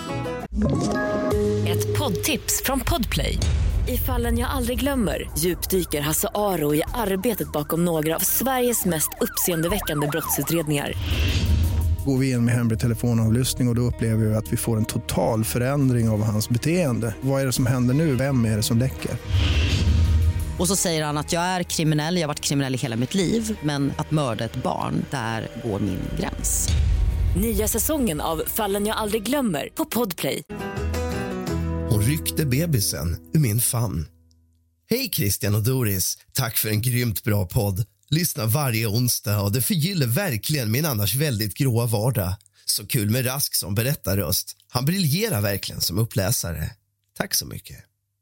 Ett poddtips från Podplay. I Fallen jag aldrig glömmer djupdyker Hasse Aro i arbetet bakom några av Sveriges mest uppseendeväckande brottsutredningar. Går vi in med hemlig telefonavlyssning och, och då upplever vi att vi får en total förändring av hans beteende. Vad är det som händer nu? Vem är det som läcker? Och så säger han att jag är kriminell, jag har varit kriminell i hela mitt liv. Men att mörda ett barn, där går min gräns. Nya säsongen av Fallen jag aldrig glömmer på Podplay. Hon ryckte bebisen ur min famn. Hej Christian och Doris, tack för en grymt bra podd. Lyssna varje onsdag och det förgyller verkligen min annars väldigt gråa vardag. Så kul med Rask som berättarröst. Han briljerar verkligen som uppläsare. Tack så mycket.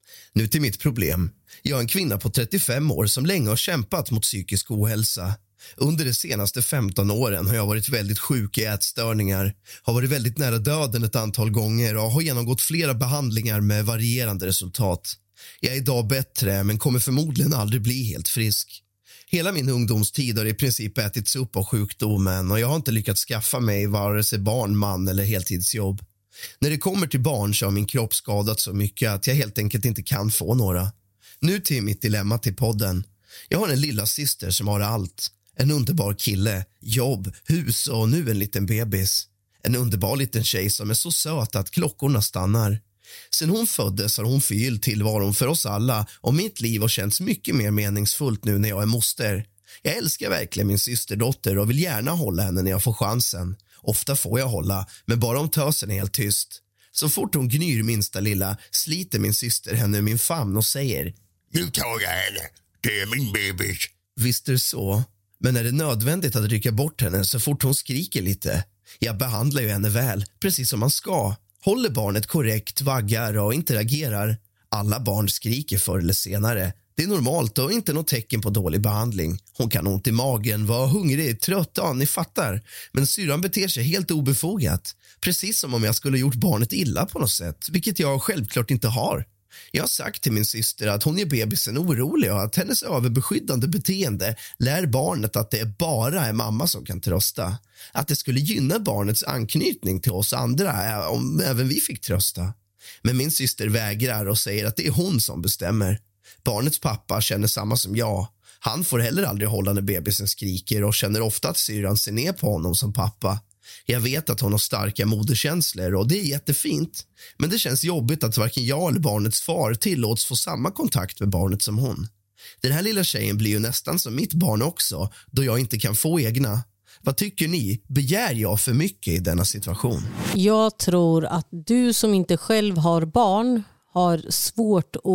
Nu till mitt problem. Jag är en kvinna på trettiofem år som länge har kämpat mot psykisk ohälsa. Under de senaste femton åren har jag varit väldigt sjuk i ätstörningar, har varit väldigt nära döden ett antal gånger och har genomgått flera behandlingar med varierande resultat. Jag är idag bättre men kommer förmodligen aldrig bli helt frisk. Hela min ungdomstid har i princip ätits upp av sjukdomen och jag har inte lyckats skaffa mig vare sig barn, man eller heltidsjobb. När det kommer till barn så har min kropp skadat så mycket att jag helt enkelt inte kan få några. Nu till mitt dilemma till podden. Jag har en lilla syster som har allt. En underbar kille, jobb, hus och nu en liten bebis. En underbar liten tjej som är så söt att klockorna stannar. Sen hon föddes har hon förgyllt tillvaron för oss alla och mitt liv har känts mycket mer meningsfullt nu när jag är moster. Jag älskar verkligen min systerdotter och vill gärna hålla henne när jag får chansen. Ofta får jag hålla, men bara om tösen är helt tyst. Så fort hon gnyr minsta lilla sliter min syster henne ur min famn och säger: Nu tar jag henne, det är min bebis. Visst är det så, men är det nödvändigt att rycka bort henne så fort hon skriker lite? Jag behandlar ju henne väl, precis som man ska. Håller barnet korrekt, vaggar och interagerar. Alla barn skriker förr eller senare. Det är normalt och inte något tecken på dålig behandling. Hon kan ha ont i magen, vara hungrig, trött, ja, ni fattar. Men syrran beter sig helt obefogat. Precis som om jag skulle gjort barnet illa på något sätt, vilket jag självklart inte har. Jag har sagt till min syster att hon är bebisen orolig och att hennes överbeskyddande beteende lär barnet att det bara är mamma som kan trösta. Att det skulle gynna barnets anknytning till oss andra om även vi fick trösta. Men min syster vägrar och säger att det är hon som bestämmer. Barnets pappa känner samma som jag. Han får heller aldrig hålla när bebisen skriker och känner ofta att syrran ser ner på honom som pappa. Jag vet att hon har starka moderkänslor och det är jättefint. Men det känns jobbigt att varken jag eller barnets far tillåts få samma kontakt med barnet som hon. Den här lilla tjejen blir ju nästan som mitt barn också, då jag inte kan få egna. Vad tycker ni? Begär jag för mycket i denna situation? Jag tror att du som inte själv har barn har svårt att,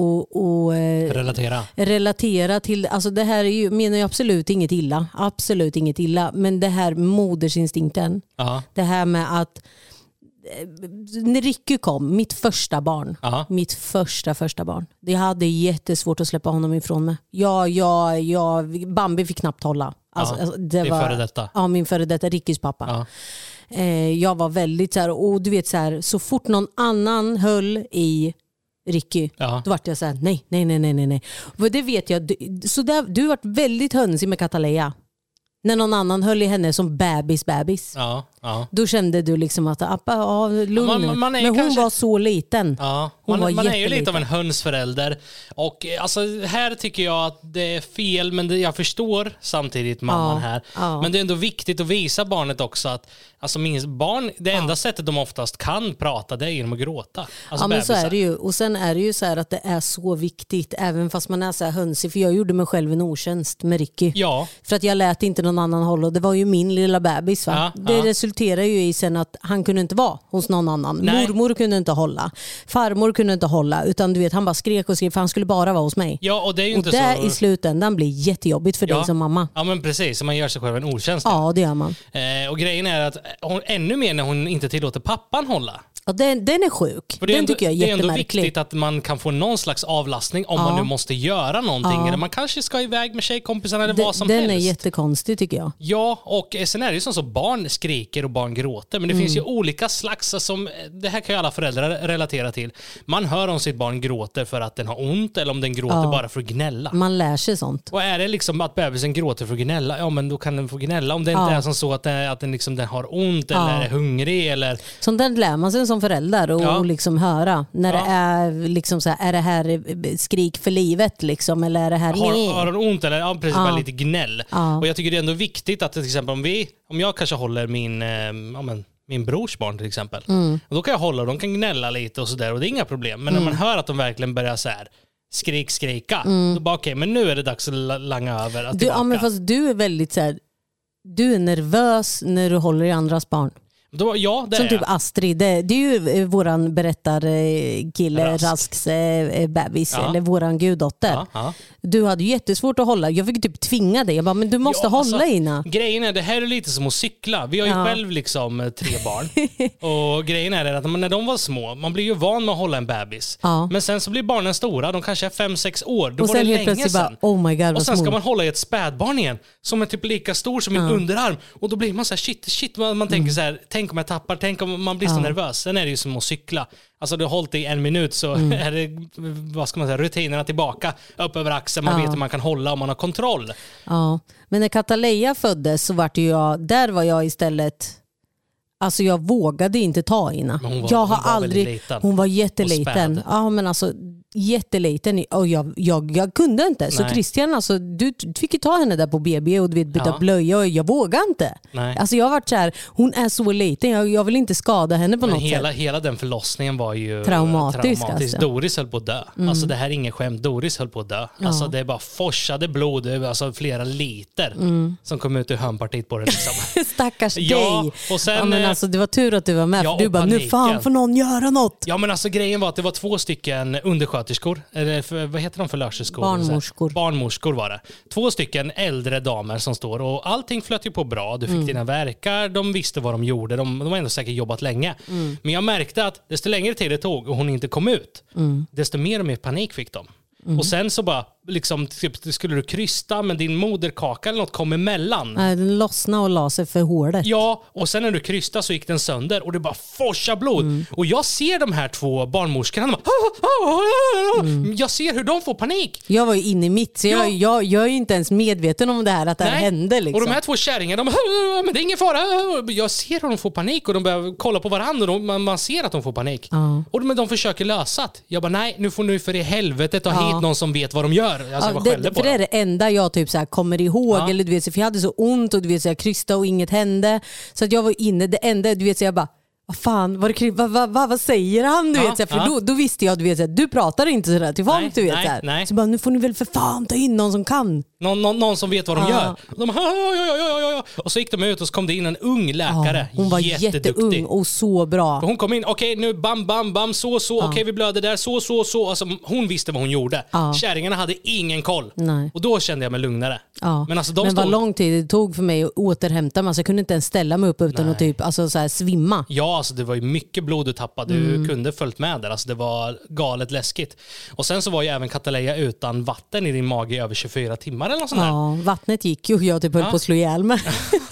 att relatera. relatera till, alltså det här är ju, menar jag absolut inget illa, absolut inget illa, men det här modersinstinkten, Aha. det här med att när Ricky kom, mitt första barn, Aha. mitt första första barn, det hade jättesvårt att släppa honom ifrån mig. Ja, ja, ja, Bambi fick knappt hålla. Alltså, alltså, det det var, före detta. Ja, min före detta, Rickys pappa. Ja. Eh, jag var väldigt så här, och du vet så här, så fort någon annan höll i Ricky, ja. då vart jag så här, nej, nej, nej, nej, nej. För det vet jag, så där, du har varit väldigt hönsig med Kataleja. När någon annan höll i henne som bebis, bebis. Ja, ja. Då kände du liksom att, appa, ja, lugn. Ja, man, man men hon kanske... var så liten. Ja, hon man, var man är ju lite av en hönsförälder. Och alltså, här tycker jag att det är fel, men det, jag förstår samtidigt mamman ja, här. Ja. Men det är ändå viktigt att visa barnet också att alltså, min barn, det enda ja. sättet de oftast kan prata, det är genom att gråta. Alltså, ja, men så är det ju. Och sen är det ju så här att det är så viktigt, även fast man är så här hönsig, för jag gjorde mig själv en otjänst med Ricky. Ja. För att jag lät inte någon annan hålla, och det var ju min lilla bebis, va? Ja, det ja. resulterar ju i sen att han kunde inte vara hos någon annan. Nej. Mormor kunde inte hålla. Farmor kunde inte hålla, utan du vet, han bara skrek och skrek, för han skulle bara vara hos mig. Ja, och det är ju och inte det så... i slutändan blir jättejobbigt för ja. dig som mamma. Ja, men precis. Så man gör sig själv en otjänst. Ja, det gör man. Eh, och grejen är att hon, ännu mer när hon inte tillåter pappan hålla. Ja, den, den är sjuk. För det är den ändå, tycker jag är det är ändå jättemärklig. viktigt att man kan få någon slags avlastning om Ja. man nu måste göra någonting. Ja. Eller man kanske ska iväg med tjejkompisarna eller Den, vad som den helst. är jättekonstig tycker jag. Ja, och sen är det ju som så barn skriker och barn gråter. Men det Mm. finns ju olika slags som, det här kan ju alla föräldrar relatera till. Man hör om sitt barn gråter för att den har ont eller om den gråter Ja. bara för att gnälla. Man lär sig sånt. Och är det liksom att bebisen gråter för att gnälla, ja men då kan den få gnälla. Om det Ja. inte är som så att den, att den, liksom, den har ont Ja. eller är hungrig eller... Sånt där lär man sig som förälder och, Ja. och liksom höra när Ja. det är liksom så här, är det här skrik för livet liksom, eller är det här Har, har hon ont eller ja, precis, Ja. bara lite gnäll. Ja. Och jag tycker det är ändå viktigt att till exempel om vi, om jag kanske håller min, eh, ja, men, min brors barn till exempel. Mm. Och då kan jag hålla och de kan gnälla lite och sådär och det är inga problem. Men när man hör att de verkligen börjar så här skrik, skrika. Då bara okej, okay, men nu är det dags att langa över. Att du, ja, men fast du är väldigt så här, du är nervös när du håller i andras barn. Då, ja, det Som är typ jag. Astrid, det, det är ju eh, våran berättarkille Rask. Rasks eh, bebis, Ja. eller våran guddotter. Ja, ja. Du hade ju jättesvårt att hålla. Jag fick typ tvinga dig. Jag bara, men du måste Ja, hålla alltså, Ina. Grejen är, det här är lite som att cykla. Vi har ju Ja. själv liksom eh, tre barn. Och grejen är att när de var små, man blir ju van med att hålla en bebis. Ja. Men sen så blir barnen stora, de kanske är fem sex år. Då Och var det sen helt länge plötsligt sedan. bara, oh my god Och vad sen ska små. man hålla i ett spädbarn igen som är typ lika stor som en underarm. Och då blir man så här, shit, shit. Man, man tänker så här, tänk om jag tappar, tänk om man blir så Ja. nervös. Sen är det ju som att cykla. Alltså du har hållit i en minut så är det, vad ska man säga, rutinerna tillbaka, upp över axeln. Man Ja. vet hur man kan hålla om man har kontroll. Ja. Men när Kataleja föddes så vart ju jag, där var jag istället, alltså jag vågade inte ta Ina. Men hon var- jag hon har var aldrig, väldigt liten. hon var Och jätteliten. späd. Ja men alltså jätteliten och jag, jag, jag kunde inte. Så Nej. Christian, alltså, du fick ju ta henne där på B B och du vet, byta Ja. blöja och jag vågade inte. Nej. Alltså jag har varit så här, hon är så liten, jag, jag vill inte skada henne på Men något hela, sätt. hela den förlossningen var ju Traumatisk, traumatisk. alltså. Doris höll på att dö. Alltså det här är ingen skämt. Doris höll på att dö. Alltså det bara forsade blod, alltså flera liter som kom ut ur hörnpartiet på det liksom. Stackars Ja, dig. och sen, ja, men eh, alltså, det var tur att du var med. ja, för du och bara, nu paniken. fan får någon göra något. Ja men alltså grejen var att det var två stycken undersköterskor, eller för, vad heter de för förlöserskor? Barnmorskor. Barnmorskor var det. Två stycken äldre damer som står och allting flöt ju på bra. Du fick Mm. dina verkar, de visste vad de gjorde. De, de har ändå säkert jobbat länge. Mm. Men jag märkte att desto längre tid det tog och hon inte kom ut, Mm. desto mer och mer panik fick de. Och sen så bara, liksom, typ, skulle du krysta men din moderkaka eller något kom emellan. Nej, den lossnade och la sig för hålet. Ja, och sen när du krystade så gick den sönder och det bara forsade blod. Mm. Och jag ser de här två barnmorskorna, de bara, Mm. jag ser hur de får panik. Jag var ju inne i mitt, så jag, Ja. jag, jag är ju inte ens medveten om det här, att det här hände. Liksom. Och de här två kärringarna, de bara, men det är ingen fara. Jag ser hur de får panik och de börjar kolla på varandra och de, man, man ser att de får panik. Ja. Och de, de försöker lösa det. Jag bara, nej, nu får nu för i helvete ta Ja. hit någon som vet vad de gör. Alltså, jag Ja, bara det, skällde på för det är dem. det enda jag typ så här kommer ihåg. Ja. Eller, du vet, för jag hade så ont och du vet, så jag krystade och inget hände. Så att jag var inne, det enda, du vet, så jag bara, vad fan, vad, det, vad, vad, vad, vad säger han? Du Ja, vet, så här, för ja. då, då visste jag, du vet, så här, du pratar inte sådär till folk. Nej, du vet, nej, så, här. nej. Så bara, nu får ni väl för fan ta in någon som kan. Någon, någon, någon som vet vad de Ja. gör. De bara, ja, ja, ja, ja, ja. Och så gick de ut och så kom det in en ung läkare. Ja, hon var Jätteduktig. jätteung och så bra. Och hon kom in, okej nu bam, bam, bam, så, så, okej vi blöder där, så, så, så. Alltså, hon visste vad hon gjorde. Ja. Kärringarna hade ingen koll. Nej. Och då kände jag mig lugnare. Ja. Men alltså de Men vad stod... lång tid det tog för mig att återhämta mig. Alltså, jag kunde inte ens ställa mig upp utan att typ, alltså, så här, svimma. Ja, alltså det var ju mycket blod du tappade. Du Mm. kunde följt med där. Alltså det var galet läskigt. Och sen så var ju även Kataleja utan vatten i din mage i över tjugofyra timmar eller något sånt där. Ja, vattnet gick ju och jag typ höll Ja. på att slå ihjäl mig.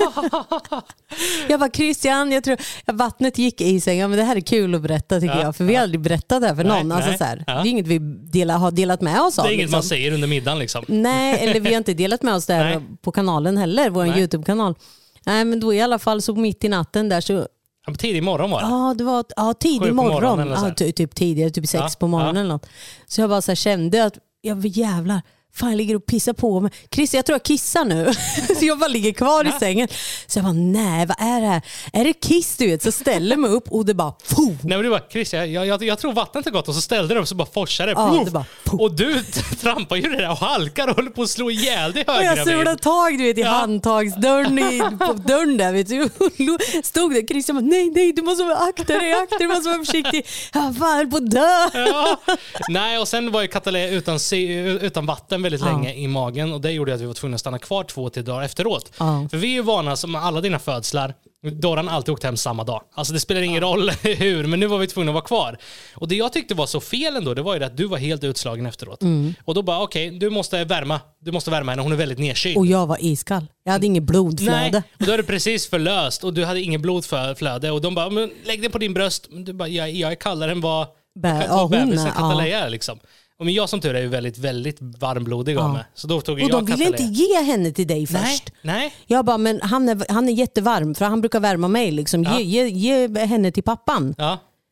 Jag bara, Christian, jag tror ja, vattnet gick i sig. Ja, men det här är kul att berätta tycker Ja, jag. För vi har aldrig berättat det här för Nej, någon. Alltså, nej, så här, ja. Det är inget vi dela, har delat med oss av. Det är inget liksom. man säger under middagen liksom. Nej, eller vi har inte delat med oss det här Nej. på kanalen heller. Vår Nej. YouTube-kanal. Nej, men då i alla fall så mitt i natten där så Ja, tidig morgon var det. Ja, det var ja, Sju tidig på morgon. morgonen eller så Ja, här. ty- typ tidigare, typ sex Ja, på morgonen ja. eller något. Så jag bara så här kände att jag var jävlar, fan jag ligger och pissar på mig. Chris, jag tror jag kissar nu. Så jag bara ligger kvar i sängen. Så jag bara, nej vad är det här? Är det kiss du vet? Så ställer mig upp och det bara, pof. Nej men du bara, Chris, jag, jag, jag tror vattnet har gått och så ställde du upp så bara forsade det. Ja, Puff! det bara, puff. Och du trampar ju det där och halkar och håller på att slå ihjäl dig Och jag högra sulade tag du vet, i Ja. handtagsdörren i, på dörren där. Vet du. Stod där Chris och bara, nej nej du måste vara akta dig, akta dig, du måste vara försiktig. Jag fan höll på att dö. Ja. Nej, och sen var ju Kataleja utan, utan vatten väldigt Ja. länge i magen och det gjorde att vi var tvungna att stanna kvar två till dagar efteråt. Ja. För vi är ju vana som alla dina födslar, Doran alltid åkt hem samma dag. Alltså det spelar ingen roll hur, men nu var vi tvungna att vara kvar. Och det jag tyckte var så fel ändå, det var ju att du var helt utslagen efteråt. Mm. Och då bara, okej, okay, du måste värma. Du måste värma henne, hon är väldigt nedkyld. Och jag var iskall. Jag hade inget blodflöde. Nej, och då är det precis förlöst och du hade ingen blodflöde och de bara, men lägg det på din bröst. Du bara, jag, jag är kallare än vad, Bä- vad ja, hon bebisen är, Kataleja är liksom. Och men jag som tur är ju väldigt, väldigt varmblodig av Ja. mig. Så då tog Och jag de ville Kataleja. inte ge henne till dig Nej, först. nej. Jag bara, men han är, han är jättevarm för han brukar värma mig. Liksom. Ja. Ge, ge, ge henne till pappan. Ja.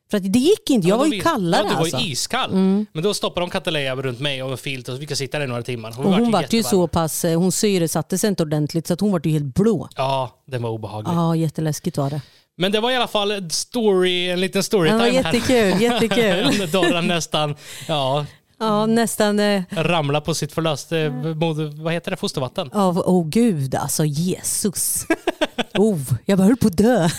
För att det gick inte, jag ja, var ju vi, kallare ja, du var ju alltså. iskall. Mm. Men då stoppade de Kataleja runt mig och en filt och vi kan sitta där några timmar. Hon, och hon var ju så pass, hon syresatte sig inte ordentligt så att hon var ju helt blå. Ja, det var obehagligt. Ja, jätteläskigt var det. Men det var i alla fall en story, en liten storytime här. Ja, jättekul, jättekul. Dora nästan, ja... Ja, nästan... Eh... ramla på sitt förlöst, eh, vad heter det, fostervatten? Åh oh, oh, gud, alltså Jesus. oh, jag var höll på att dö.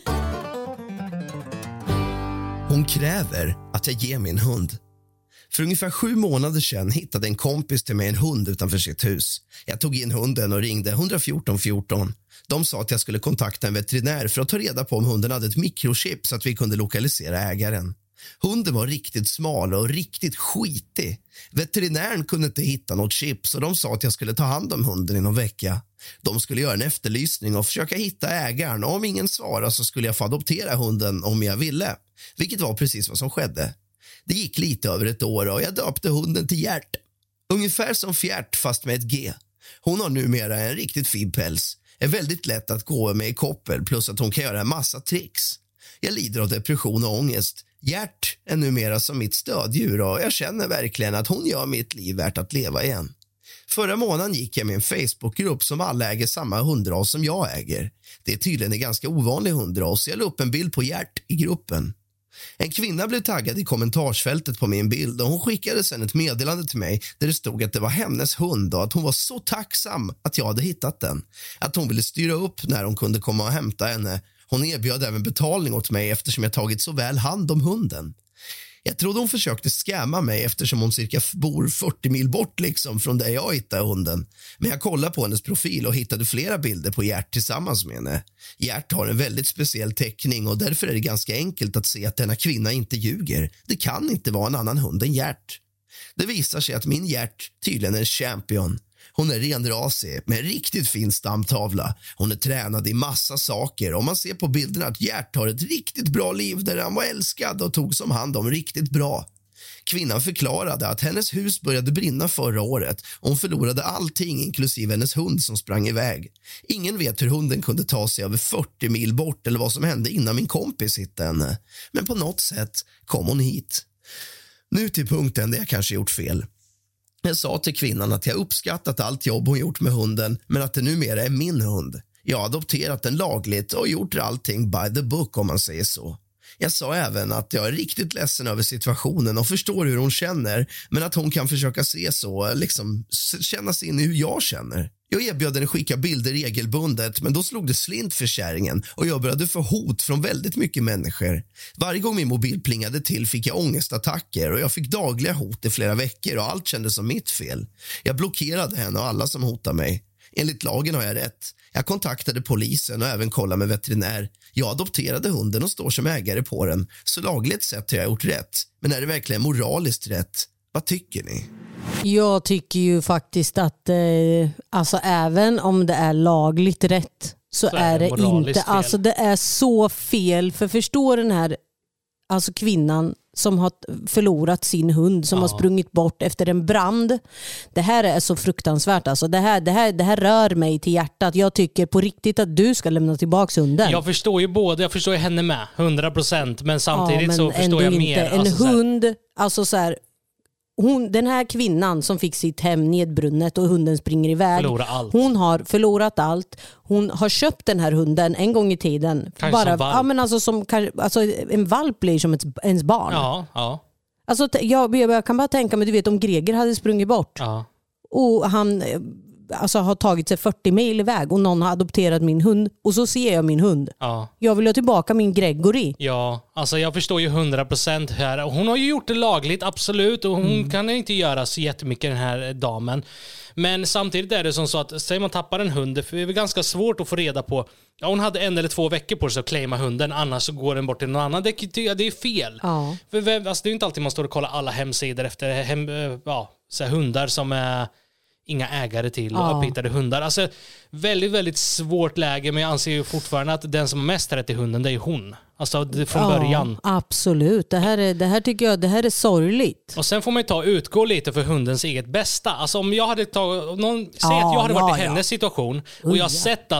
Hon kräver att jag ger min hund. För ungefär sju månader sedan hittade en kompis till mig en hund utanför sitt hus. Jag tog in hunden och ringde ett fjorton fjorton. De sa att jag skulle kontakta en veterinär för att ta reda på om hunden hade ett mikrochip så att vi kunde lokalisera ägaren. Hunden var riktigt smal och riktigt skitig. Veterinären kunde inte hitta något chip så de sa att jag skulle ta hand om hunden i någon vecka. De skulle göra en efterlysning och försöka hitta ägaren och om ingen svarade så skulle jag få adoptera hunden om jag ville. Vilket var precis vad som skedde. Det gick lite över ett år och jag döpte hunden till Gert. Ungefär som Fjärt fast med ett G. Hon har numera en riktigt fin päls. Är väldigt lätt att gå med i koppel plus att hon kan göra en massa tricks. Jag lider av depression och ångest. Gert är numera som mitt stödjur och jag känner verkligen att hon gör mitt liv värt att leva igen. Förra månaden gick jag med en Facebookgrupp som alla äger samma hundras som jag äger. Det är tydligen en ganska ovanlig hundras. Jag la upp en bild på Gert i gruppen. En kvinna blev taggad i kommentarsfältet på min bild och hon skickade sedan ett meddelande till mig där det stod att det var hennes hund och att hon var så tacksam att jag hade hittat den. Att hon ville styra upp när hon kunde komma och hämta henne. Hon erbjöd även betalning åt mig eftersom jag tagit så väl hand om hunden. Jag trodde hon försökte skämma mig eftersom hon cirka bor fyrtio mil bort liksom från där jag hittade hunden. Men jag kollade på hennes profil och hittade flera bilder på Gert tillsammans med henne. Gert har en väldigt speciell teckning och därför är det ganska enkelt att se att denna kvinna inte ljuger. Det kan inte vara en annan hund än Gert. Det visar sig att min Gert tydligen är en champion. Hon är renrasig med en riktigt fin stamtavla. Hon är tränad i massa saker och man ser på bilderna att Gert har ett riktigt bra liv där han var älskad och tog som hand om riktigt bra. Kvinnan förklarade att hennes hus började brinna förra året och hon förlorade allting inklusive hennes hund som sprang iväg. Ingen vet hur hunden kunde ta sig över fyrtio mil bort eller vad som hände innan min kompis hittade henne. Men på något sätt kom hon hit. Nu till punkten där jag kanske gjort fel. Jag sa till kvinnan att jag uppskattat allt jobb hon gjort med hunden men att det numera är min hund. Jag har adopterat den lagligt och gjort allting by the book om man säger så. Jag sa även att jag är riktigt ledsen över situationen och förstår hur hon känner men att hon kan försöka se så, liksom känna sig in i hur jag känner. Jag erbjöd henne skicka bilder regelbundet men då slog det slint för kärringen och jag började få hot från väldigt mycket människor. Varje gång min mobil plingade till fick jag ångestattacker och jag fick dagliga hot i flera veckor och allt kändes som mitt fel. Jag blockerade henne och alla som hotade mig. Enligt lagen har jag rätt. Jag kontaktade polisen och även kollade med veterinär. Jag adopterade hunden och står som ägare på den. Så lagligt sett har jag gjort rätt. Men är det verkligen moraliskt rätt? Vad tycker ni? Jag tycker ju faktiskt att eh, alltså även om det är lagligt rätt så, så är det, det inte. Fel. Alltså det är så fel. För förstår den här alltså kvinnan som har förlorat sin hund som ja. har sprungit bort efter en brand. Det här är så fruktansvärt. Alltså det, här, det, här, det här rör mig till hjärtat. Jag tycker på riktigt att du ska lämna tillbaka hunden. Jag förstår ju både, jag förstår ju henne med, hundra procent. Men samtidigt ja, men så förstår jag inte. mer. En alltså, hund, alltså så här, hon, den här kvinnan som fick sitt hem nedbrunnet och hunden springer iväg. Allt. Hon har förlorat allt. Hon har köpt den här hunden en gång i tiden. Kanske bara, som valp. Ja, men alltså, som, alltså, en valp blir som ett, ens barn. Ja, ja. Alltså, jag, jag kan bara tänka mig, du vet om Greger hade sprungit bort. Ja. Och han alltså, har tagit sig fyrtio mil iväg och någon har adopterat min hund och så ser jag min hund. Ja. Jag vill ha tillbaka min Gregory. Ja, alltså jag förstår ju hundra procent här. Hon har ju gjort det lagligt, absolut. Och hon mm. kan inte göra så jättemycket, den här damen. Men samtidigt är det som så att säger man tappar en hund, det är ganska svårt att få reda på. Ja, hon hade en eller två veckor på sig att claima hunden, annars så går den bort till någon annan. Det, det, det är fel. Ja. För, alltså, det är inte alltid man står och kollar alla hemsidor efter hem, ja, så här, hundar som är inga ägare till och ja. upphittade hundar. Alltså väldigt, väldigt svårt läge, men jag anser ju fortfarande att den som har mest rätt till hunden, det är ju hon. Alltså från ja, början. Absolut. Det här, är, det här tycker jag, det här är sorgligt. Och sen får man ju ta och utgå lite för hundens eget bästa. Alltså om jag hade tagit, någon, säg ja, att jag hade ja, varit i ja. hennes situation och jag har sett att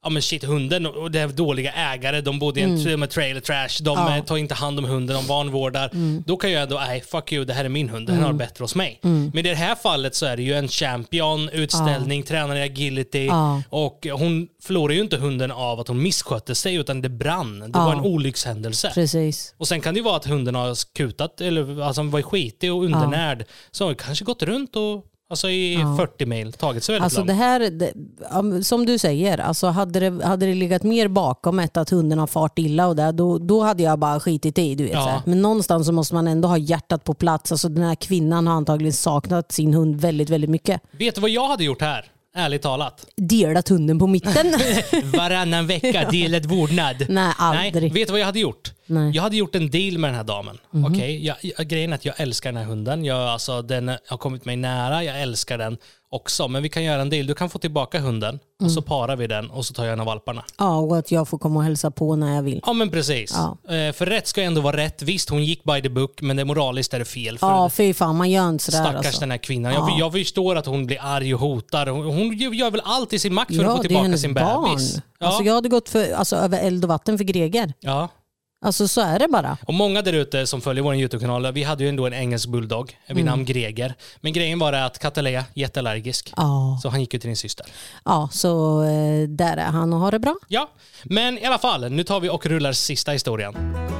ja men shit, hunden och det är dåliga ägare, de bodde i en mm. trailer trash, de ja. tar inte hand om hunden, de vanvårdar. Mm. Då kan jag då, nej fuck you, det här är min hund, den mm. har bättre hos mig. Mm. Men i det här fallet så är det ju en champion, utställning, ja. tränar i agility ja. och hon förlorar ju inte hunden av att hon misskötte sig, utan det brann. Det ja. var en olyckshändelse. Precis. Och sen kan det ju vara att hunden har kutat, eller alltså var skitig och undernärd. Ja. Så har kanske gått runt och alltså i ja. fyrtio mil tagit så väldigt alltså långt. Det här, det, som du säger, alltså hade, det, hade det legat mer bakom ett att hunden har fart illa och där, då, då hade jag bara skitit i. Du vet, ja. Men någonstans så måste man ändå ha hjärtat på plats. Alltså den här kvinnan har antagligen saknat sin hund väldigt, väldigt mycket. Vet du vad jag hade gjort här? Ärligt talat. Delat hunden på mitten. Varannan vecka, delat vårdnad. Nej, aldrig. Nej, vet du vad jag hade gjort? Nej. Jag hade gjort en deal med den här damen. Mm-hmm. Okej, okay? jag, grejen är att jag älskar den här hunden. Jag, alltså, den har kommit mig nära, jag älskar den också. Men vi kan göra en deal. Du kan få tillbaka hunden mm. och så parar vi den och så tar jag en av valparna. Ja, och att jag får komma och hälsa på när jag vill. Ja, men precis. Ja. För rätt ska ändå vara rätt. Visst, hon gick by the book, men det moraliskt är det fel. För ja, fy fan, man gör inte sådär. Stackars alltså. Den här kvinnan. Ja. Jag, jag förstår att hon blir arg och hotar. Hon, hon gör väl allt i sin makt för ja, att få tillbaka sin barn. bebis. Ja. Alltså, jag hade gått för, alltså, över eld och vatten för Greger. Ja. Alltså så är det bara. Och många där ute som följer vår YouTube-kanal, vi hade ju ändå en engelsk bulldog vid mm. namn Greger. Men grejen var att Katalea jätteallergisk. Ja. Så han gick ut till din syster. Ja, så eh, där är han och har det bra. Ja, men i alla fall, nu tar vi och rullar sista historien.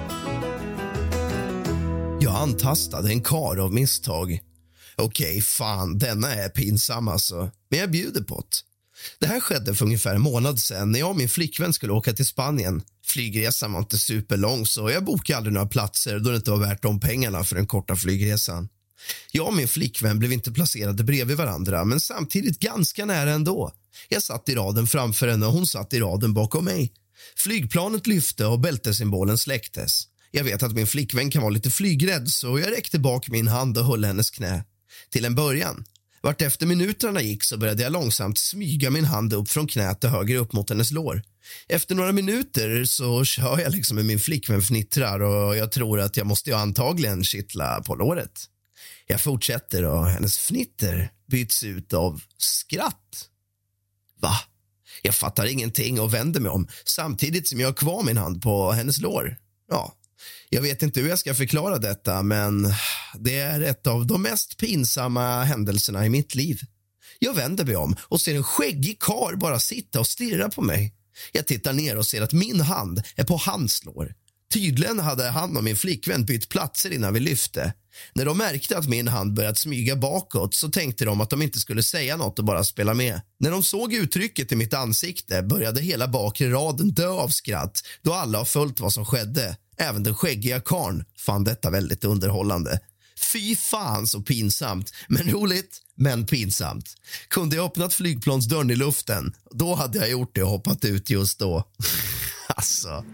Jag antastade en kar av misstag. Okej, fan, denna är pinsam alltså. Men jag bjuder på det. Det här skedde för ungefär en månad sedan när jag och min flickvän skulle åka till Spanien. Flygresan var inte superlång så jag bokade aldrig några platser då det inte var värt de pengarna för den korta flygresan. Jag och min flickvän blev inte placerade bredvid varandra men samtidigt ganska nära ändå. Jag satt i raden framför henne och hon satt i raden bakom mig. Flygplanet lyfte och bältesymbolen släcktes. Jag vet att min flickvän kan vara lite flygrädd så jag räckte bak min hand och höll hennes knä. Till en början. Vart efter minuterna gick så började jag långsamt smyga min hand upp från knät till höger upp mot hennes lår. Efter några minuter så kör jag liksom med min flickvän fnittrar och jag tror att jag måste ju antagligen kittla på låret. Jag fortsätter och hennes fnitter byts ut av skratt. Va? Jag fattar ingenting och vänder mig om samtidigt som jag har kvar min hand på hennes lår. Ja. Jag vet inte hur jag ska förklara detta, men det är ett av de mest pinsamma händelserna i mitt liv. Jag vänder mig om och ser en skäggig kar bara sitta och stirra på mig. Jag tittar ner och ser att min hand är på hans lår. Tydligen hade han och min flickvän bytt platser innan vi lyfte. När de märkte att min hand börjat smyga bakåt så tänkte de att de inte skulle säga något och bara spela med. När de såg uttrycket i mitt ansikte började hela bakre raden dö av skratt då alla har följt vad som skedde. Även den skäggiga karn fann detta väldigt underhållande. Fy fan så pinsamt, men roligt, men pinsamt. Kunde jag öppnat flygplansdörren i luften, då hade jag gjort det och hoppat ut just då. Alltså...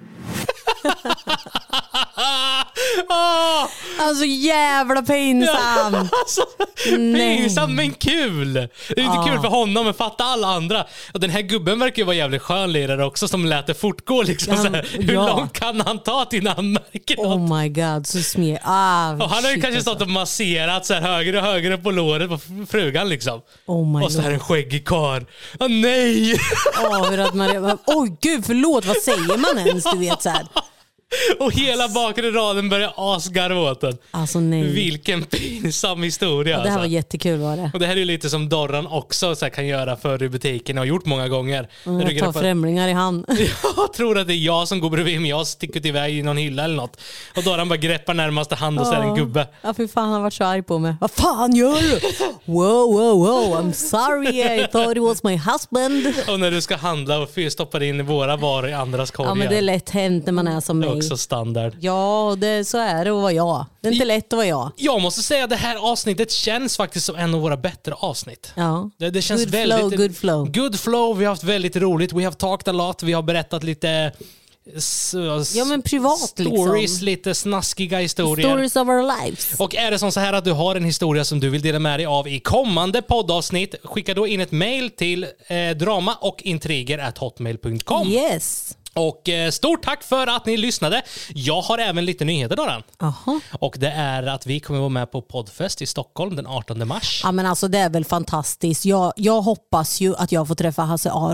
oh! Alltså jävla pinsamt. Alltså, pinsamt men kul. Det är inte ah. kul för honom men fatta alla andra. Och den här gubben verkar ju vara jävligt skönlirare också som lät det fortgå liksom ja, så här. Hur ja. långt kan han ta till när han märker något? Oh my god, så smer. Ah, och han har ju kanske stått och masserat så här högre och högre på låret på frugan liksom. Oh my och så här en skäggig karl. Åh oh, nej. Åh, oh, man... oh, gud, förlåt, vad säger man ens, du vet så här. Och hela bakre raden börjar asgarva åt den. Alltså nej. Vilken pinsam historia. Ja, det här alltså. var jättekul var det. Och det här är ju lite som Dorran också så här, kan göra för i butiken och har gjort många gånger. Mm, jag tar främlingar i hand. Jag tror att det är jag som går bredvid mig. Jag sticker iväg i någon hylla eller något. Och Dorran bara greppar närmaste hand och så är det en gubbe. Ja, för fan, han har varit så arg på mig. Vad fan gör du? Wow, wow, wow. I'm sorry. I thought it was my husband. Och när du ska handla och stoppa in våra varor i andras korgar. Ja, men det är lätt hänt när man är som mig. Också standard. Ja, det, så är det att vara jag. Det är inte lätt att vara jag. Jag måste säga att det här avsnittet känns faktiskt som en av våra bättre avsnitt. Ja. Det, det känns good väldigt... Flow, good flow. Good flow. Vi har haft väldigt roligt. We have talked a lot. Vi har berättat lite... S- ja, men privat stories, liksom. Lite snaskiga historier. Stories of our lives. Och är det som så här att du har en historia som du vill dela med dig av i kommande poddavsnitt, skicka då in ett mail till eh, drama och intriger at hotmail dot com. Yes. Och eh, stort tack för att ni lyssnade. Jag har även lite nyheter då. Aha. Och det är att vi kommer vara med på Poddfest i Stockholm den artonde mars. Ja, men alltså det är väl fantastiskt. Jag, jag hoppas ju att jag får träffa Hasse Aro.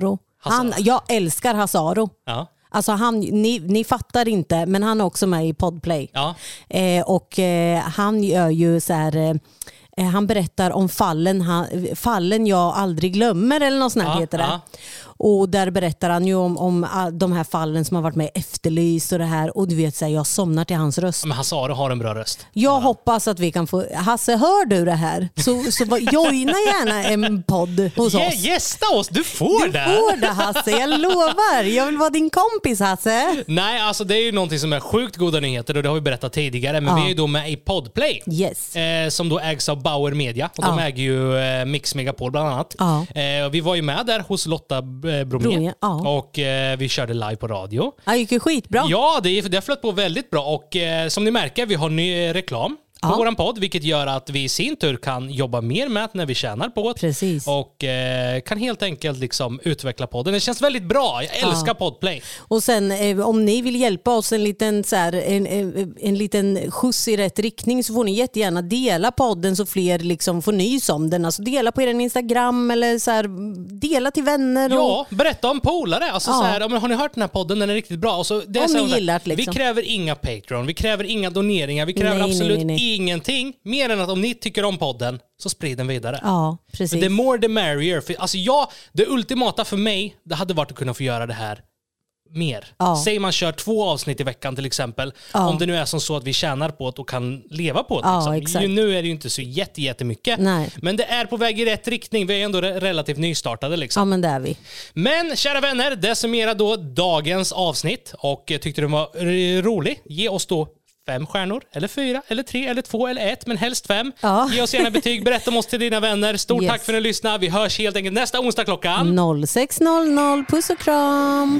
Han, jag älskar Hasse Aro. Ja. Alltså han, ni, ni fattar inte, men han är också med i Podplay. Ja. Eh, och eh, han gör ju så här... Eh, han berättar om fallen, han, fallen jag aldrig glömmer eller något sånt här Ja, heter det. ja. Och där berättar han ju om, om de här fallen som har varit med Efterlyst och det här. Och du vet, så här, jag somnar till hans röst. Men Hasse Aro har en bra röst. Jag ja. hoppas att vi kan få... Hasse, hör du det här? Så, så var, joina gärna en podd hos Yeah, oss. gästa oss, du får du det. Du får det, Hasse, jag lovar. Jag vill vara din kompis, Hasse. Nej, alltså det är ju någonting som är sjukt goda nyheter och det har vi berättat tidigare. Men ja. vi är ju då med i Podplay. Yes. Eh, som då ägs av Bauer Media. Och ja. de äger ju eh, Mix Megapol bland annat. Ja. Eh, och vi var ju med där hos Lotta eh, Bromé. Ja. Och eh, vi körde live på radio. Det gick ju skitbra. Ja, det, det har flöt på väldigt bra. Och eh, som ni märker, vi har ny reklam på ja. våran podd, vilket gör att vi i sin tur kan jobba mer med när vi tjänar på det. Precis. Och eh, kan helt enkelt liksom utveckla podden. Det känns väldigt bra. Jag älskar ja. Podplay. Och sen eh, om ni vill hjälpa oss en liten, så här, en, en, en liten skjuts i rätt riktning, så får ni jättegärna dela podden så fler liksom får nys om den. Alltså dela på er Instagram eller så här, dela till vänner. Och... Ja, berätta om polare. Alltså, ja. så här, har ni hört den här podden? Den är riktigt bra. Och så, det är om så ni här, gillar det, liksom. Vi kräver inga Patreon, vi kräver inga doneringar, vi kräver nej, absolut nej, nej, nej. ingenting. Mer än att om ni tycker om podden så sprid den vidare. Ja, precis. The more the merrier. För, alltså jag, det ultimata för mig, det hade varit att kunna få göra det här mer. Ja. Säg man kör två avsnitt i veckan till exempel. Ja. Om det nu är som så att vi tjänar på det och kan leva på det. Ja, liksom. exakt. Ju, nu är det ju inte så jätte, jättemycket. Nej. Men det är på väg i rätt riktning. Vi är ändå re- relativt nystartade. Liksom. Ja, men det är vi. Men kära vänner, det summerar då dagens avsnitt. Och tyckte du var r- rolig? Ge oss då fem stjärnor, eller fyra, eller tre, eller två, eller ett, men helst fem. Ja. Ge oss gärna betyg, berätta om oss till dina vänner. Stort yes. tack för att ni lyssnade. Vi hörs helt enkelt nästa onsdag klockan noll sex noll noll. Puss och kram!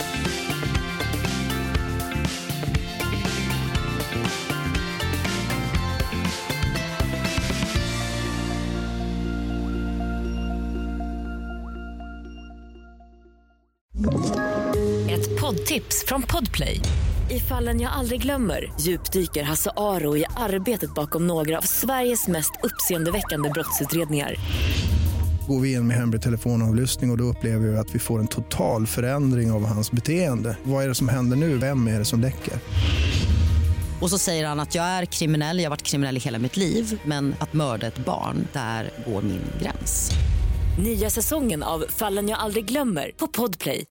Ett poddtips från Podplay. I Fallen jag aldrig glömmer djupdyker Hasse Aro i arbetet bakom några av Sveriges mest uppseendeväckande brottsutredningar. Går vi in med hemlig telefonavlyssning och, och då upplever vi att vi får en total förändring av hans beteende. Vad är det som händer nu? Vem är det som läcker? Och så säger han att jag är kriminell, jag har varit kriminell i hela mitt liv. Men att mörda ett barn, där går min gräns. Nya säsongen av Fallen jag aldrig glömmer på Podplay.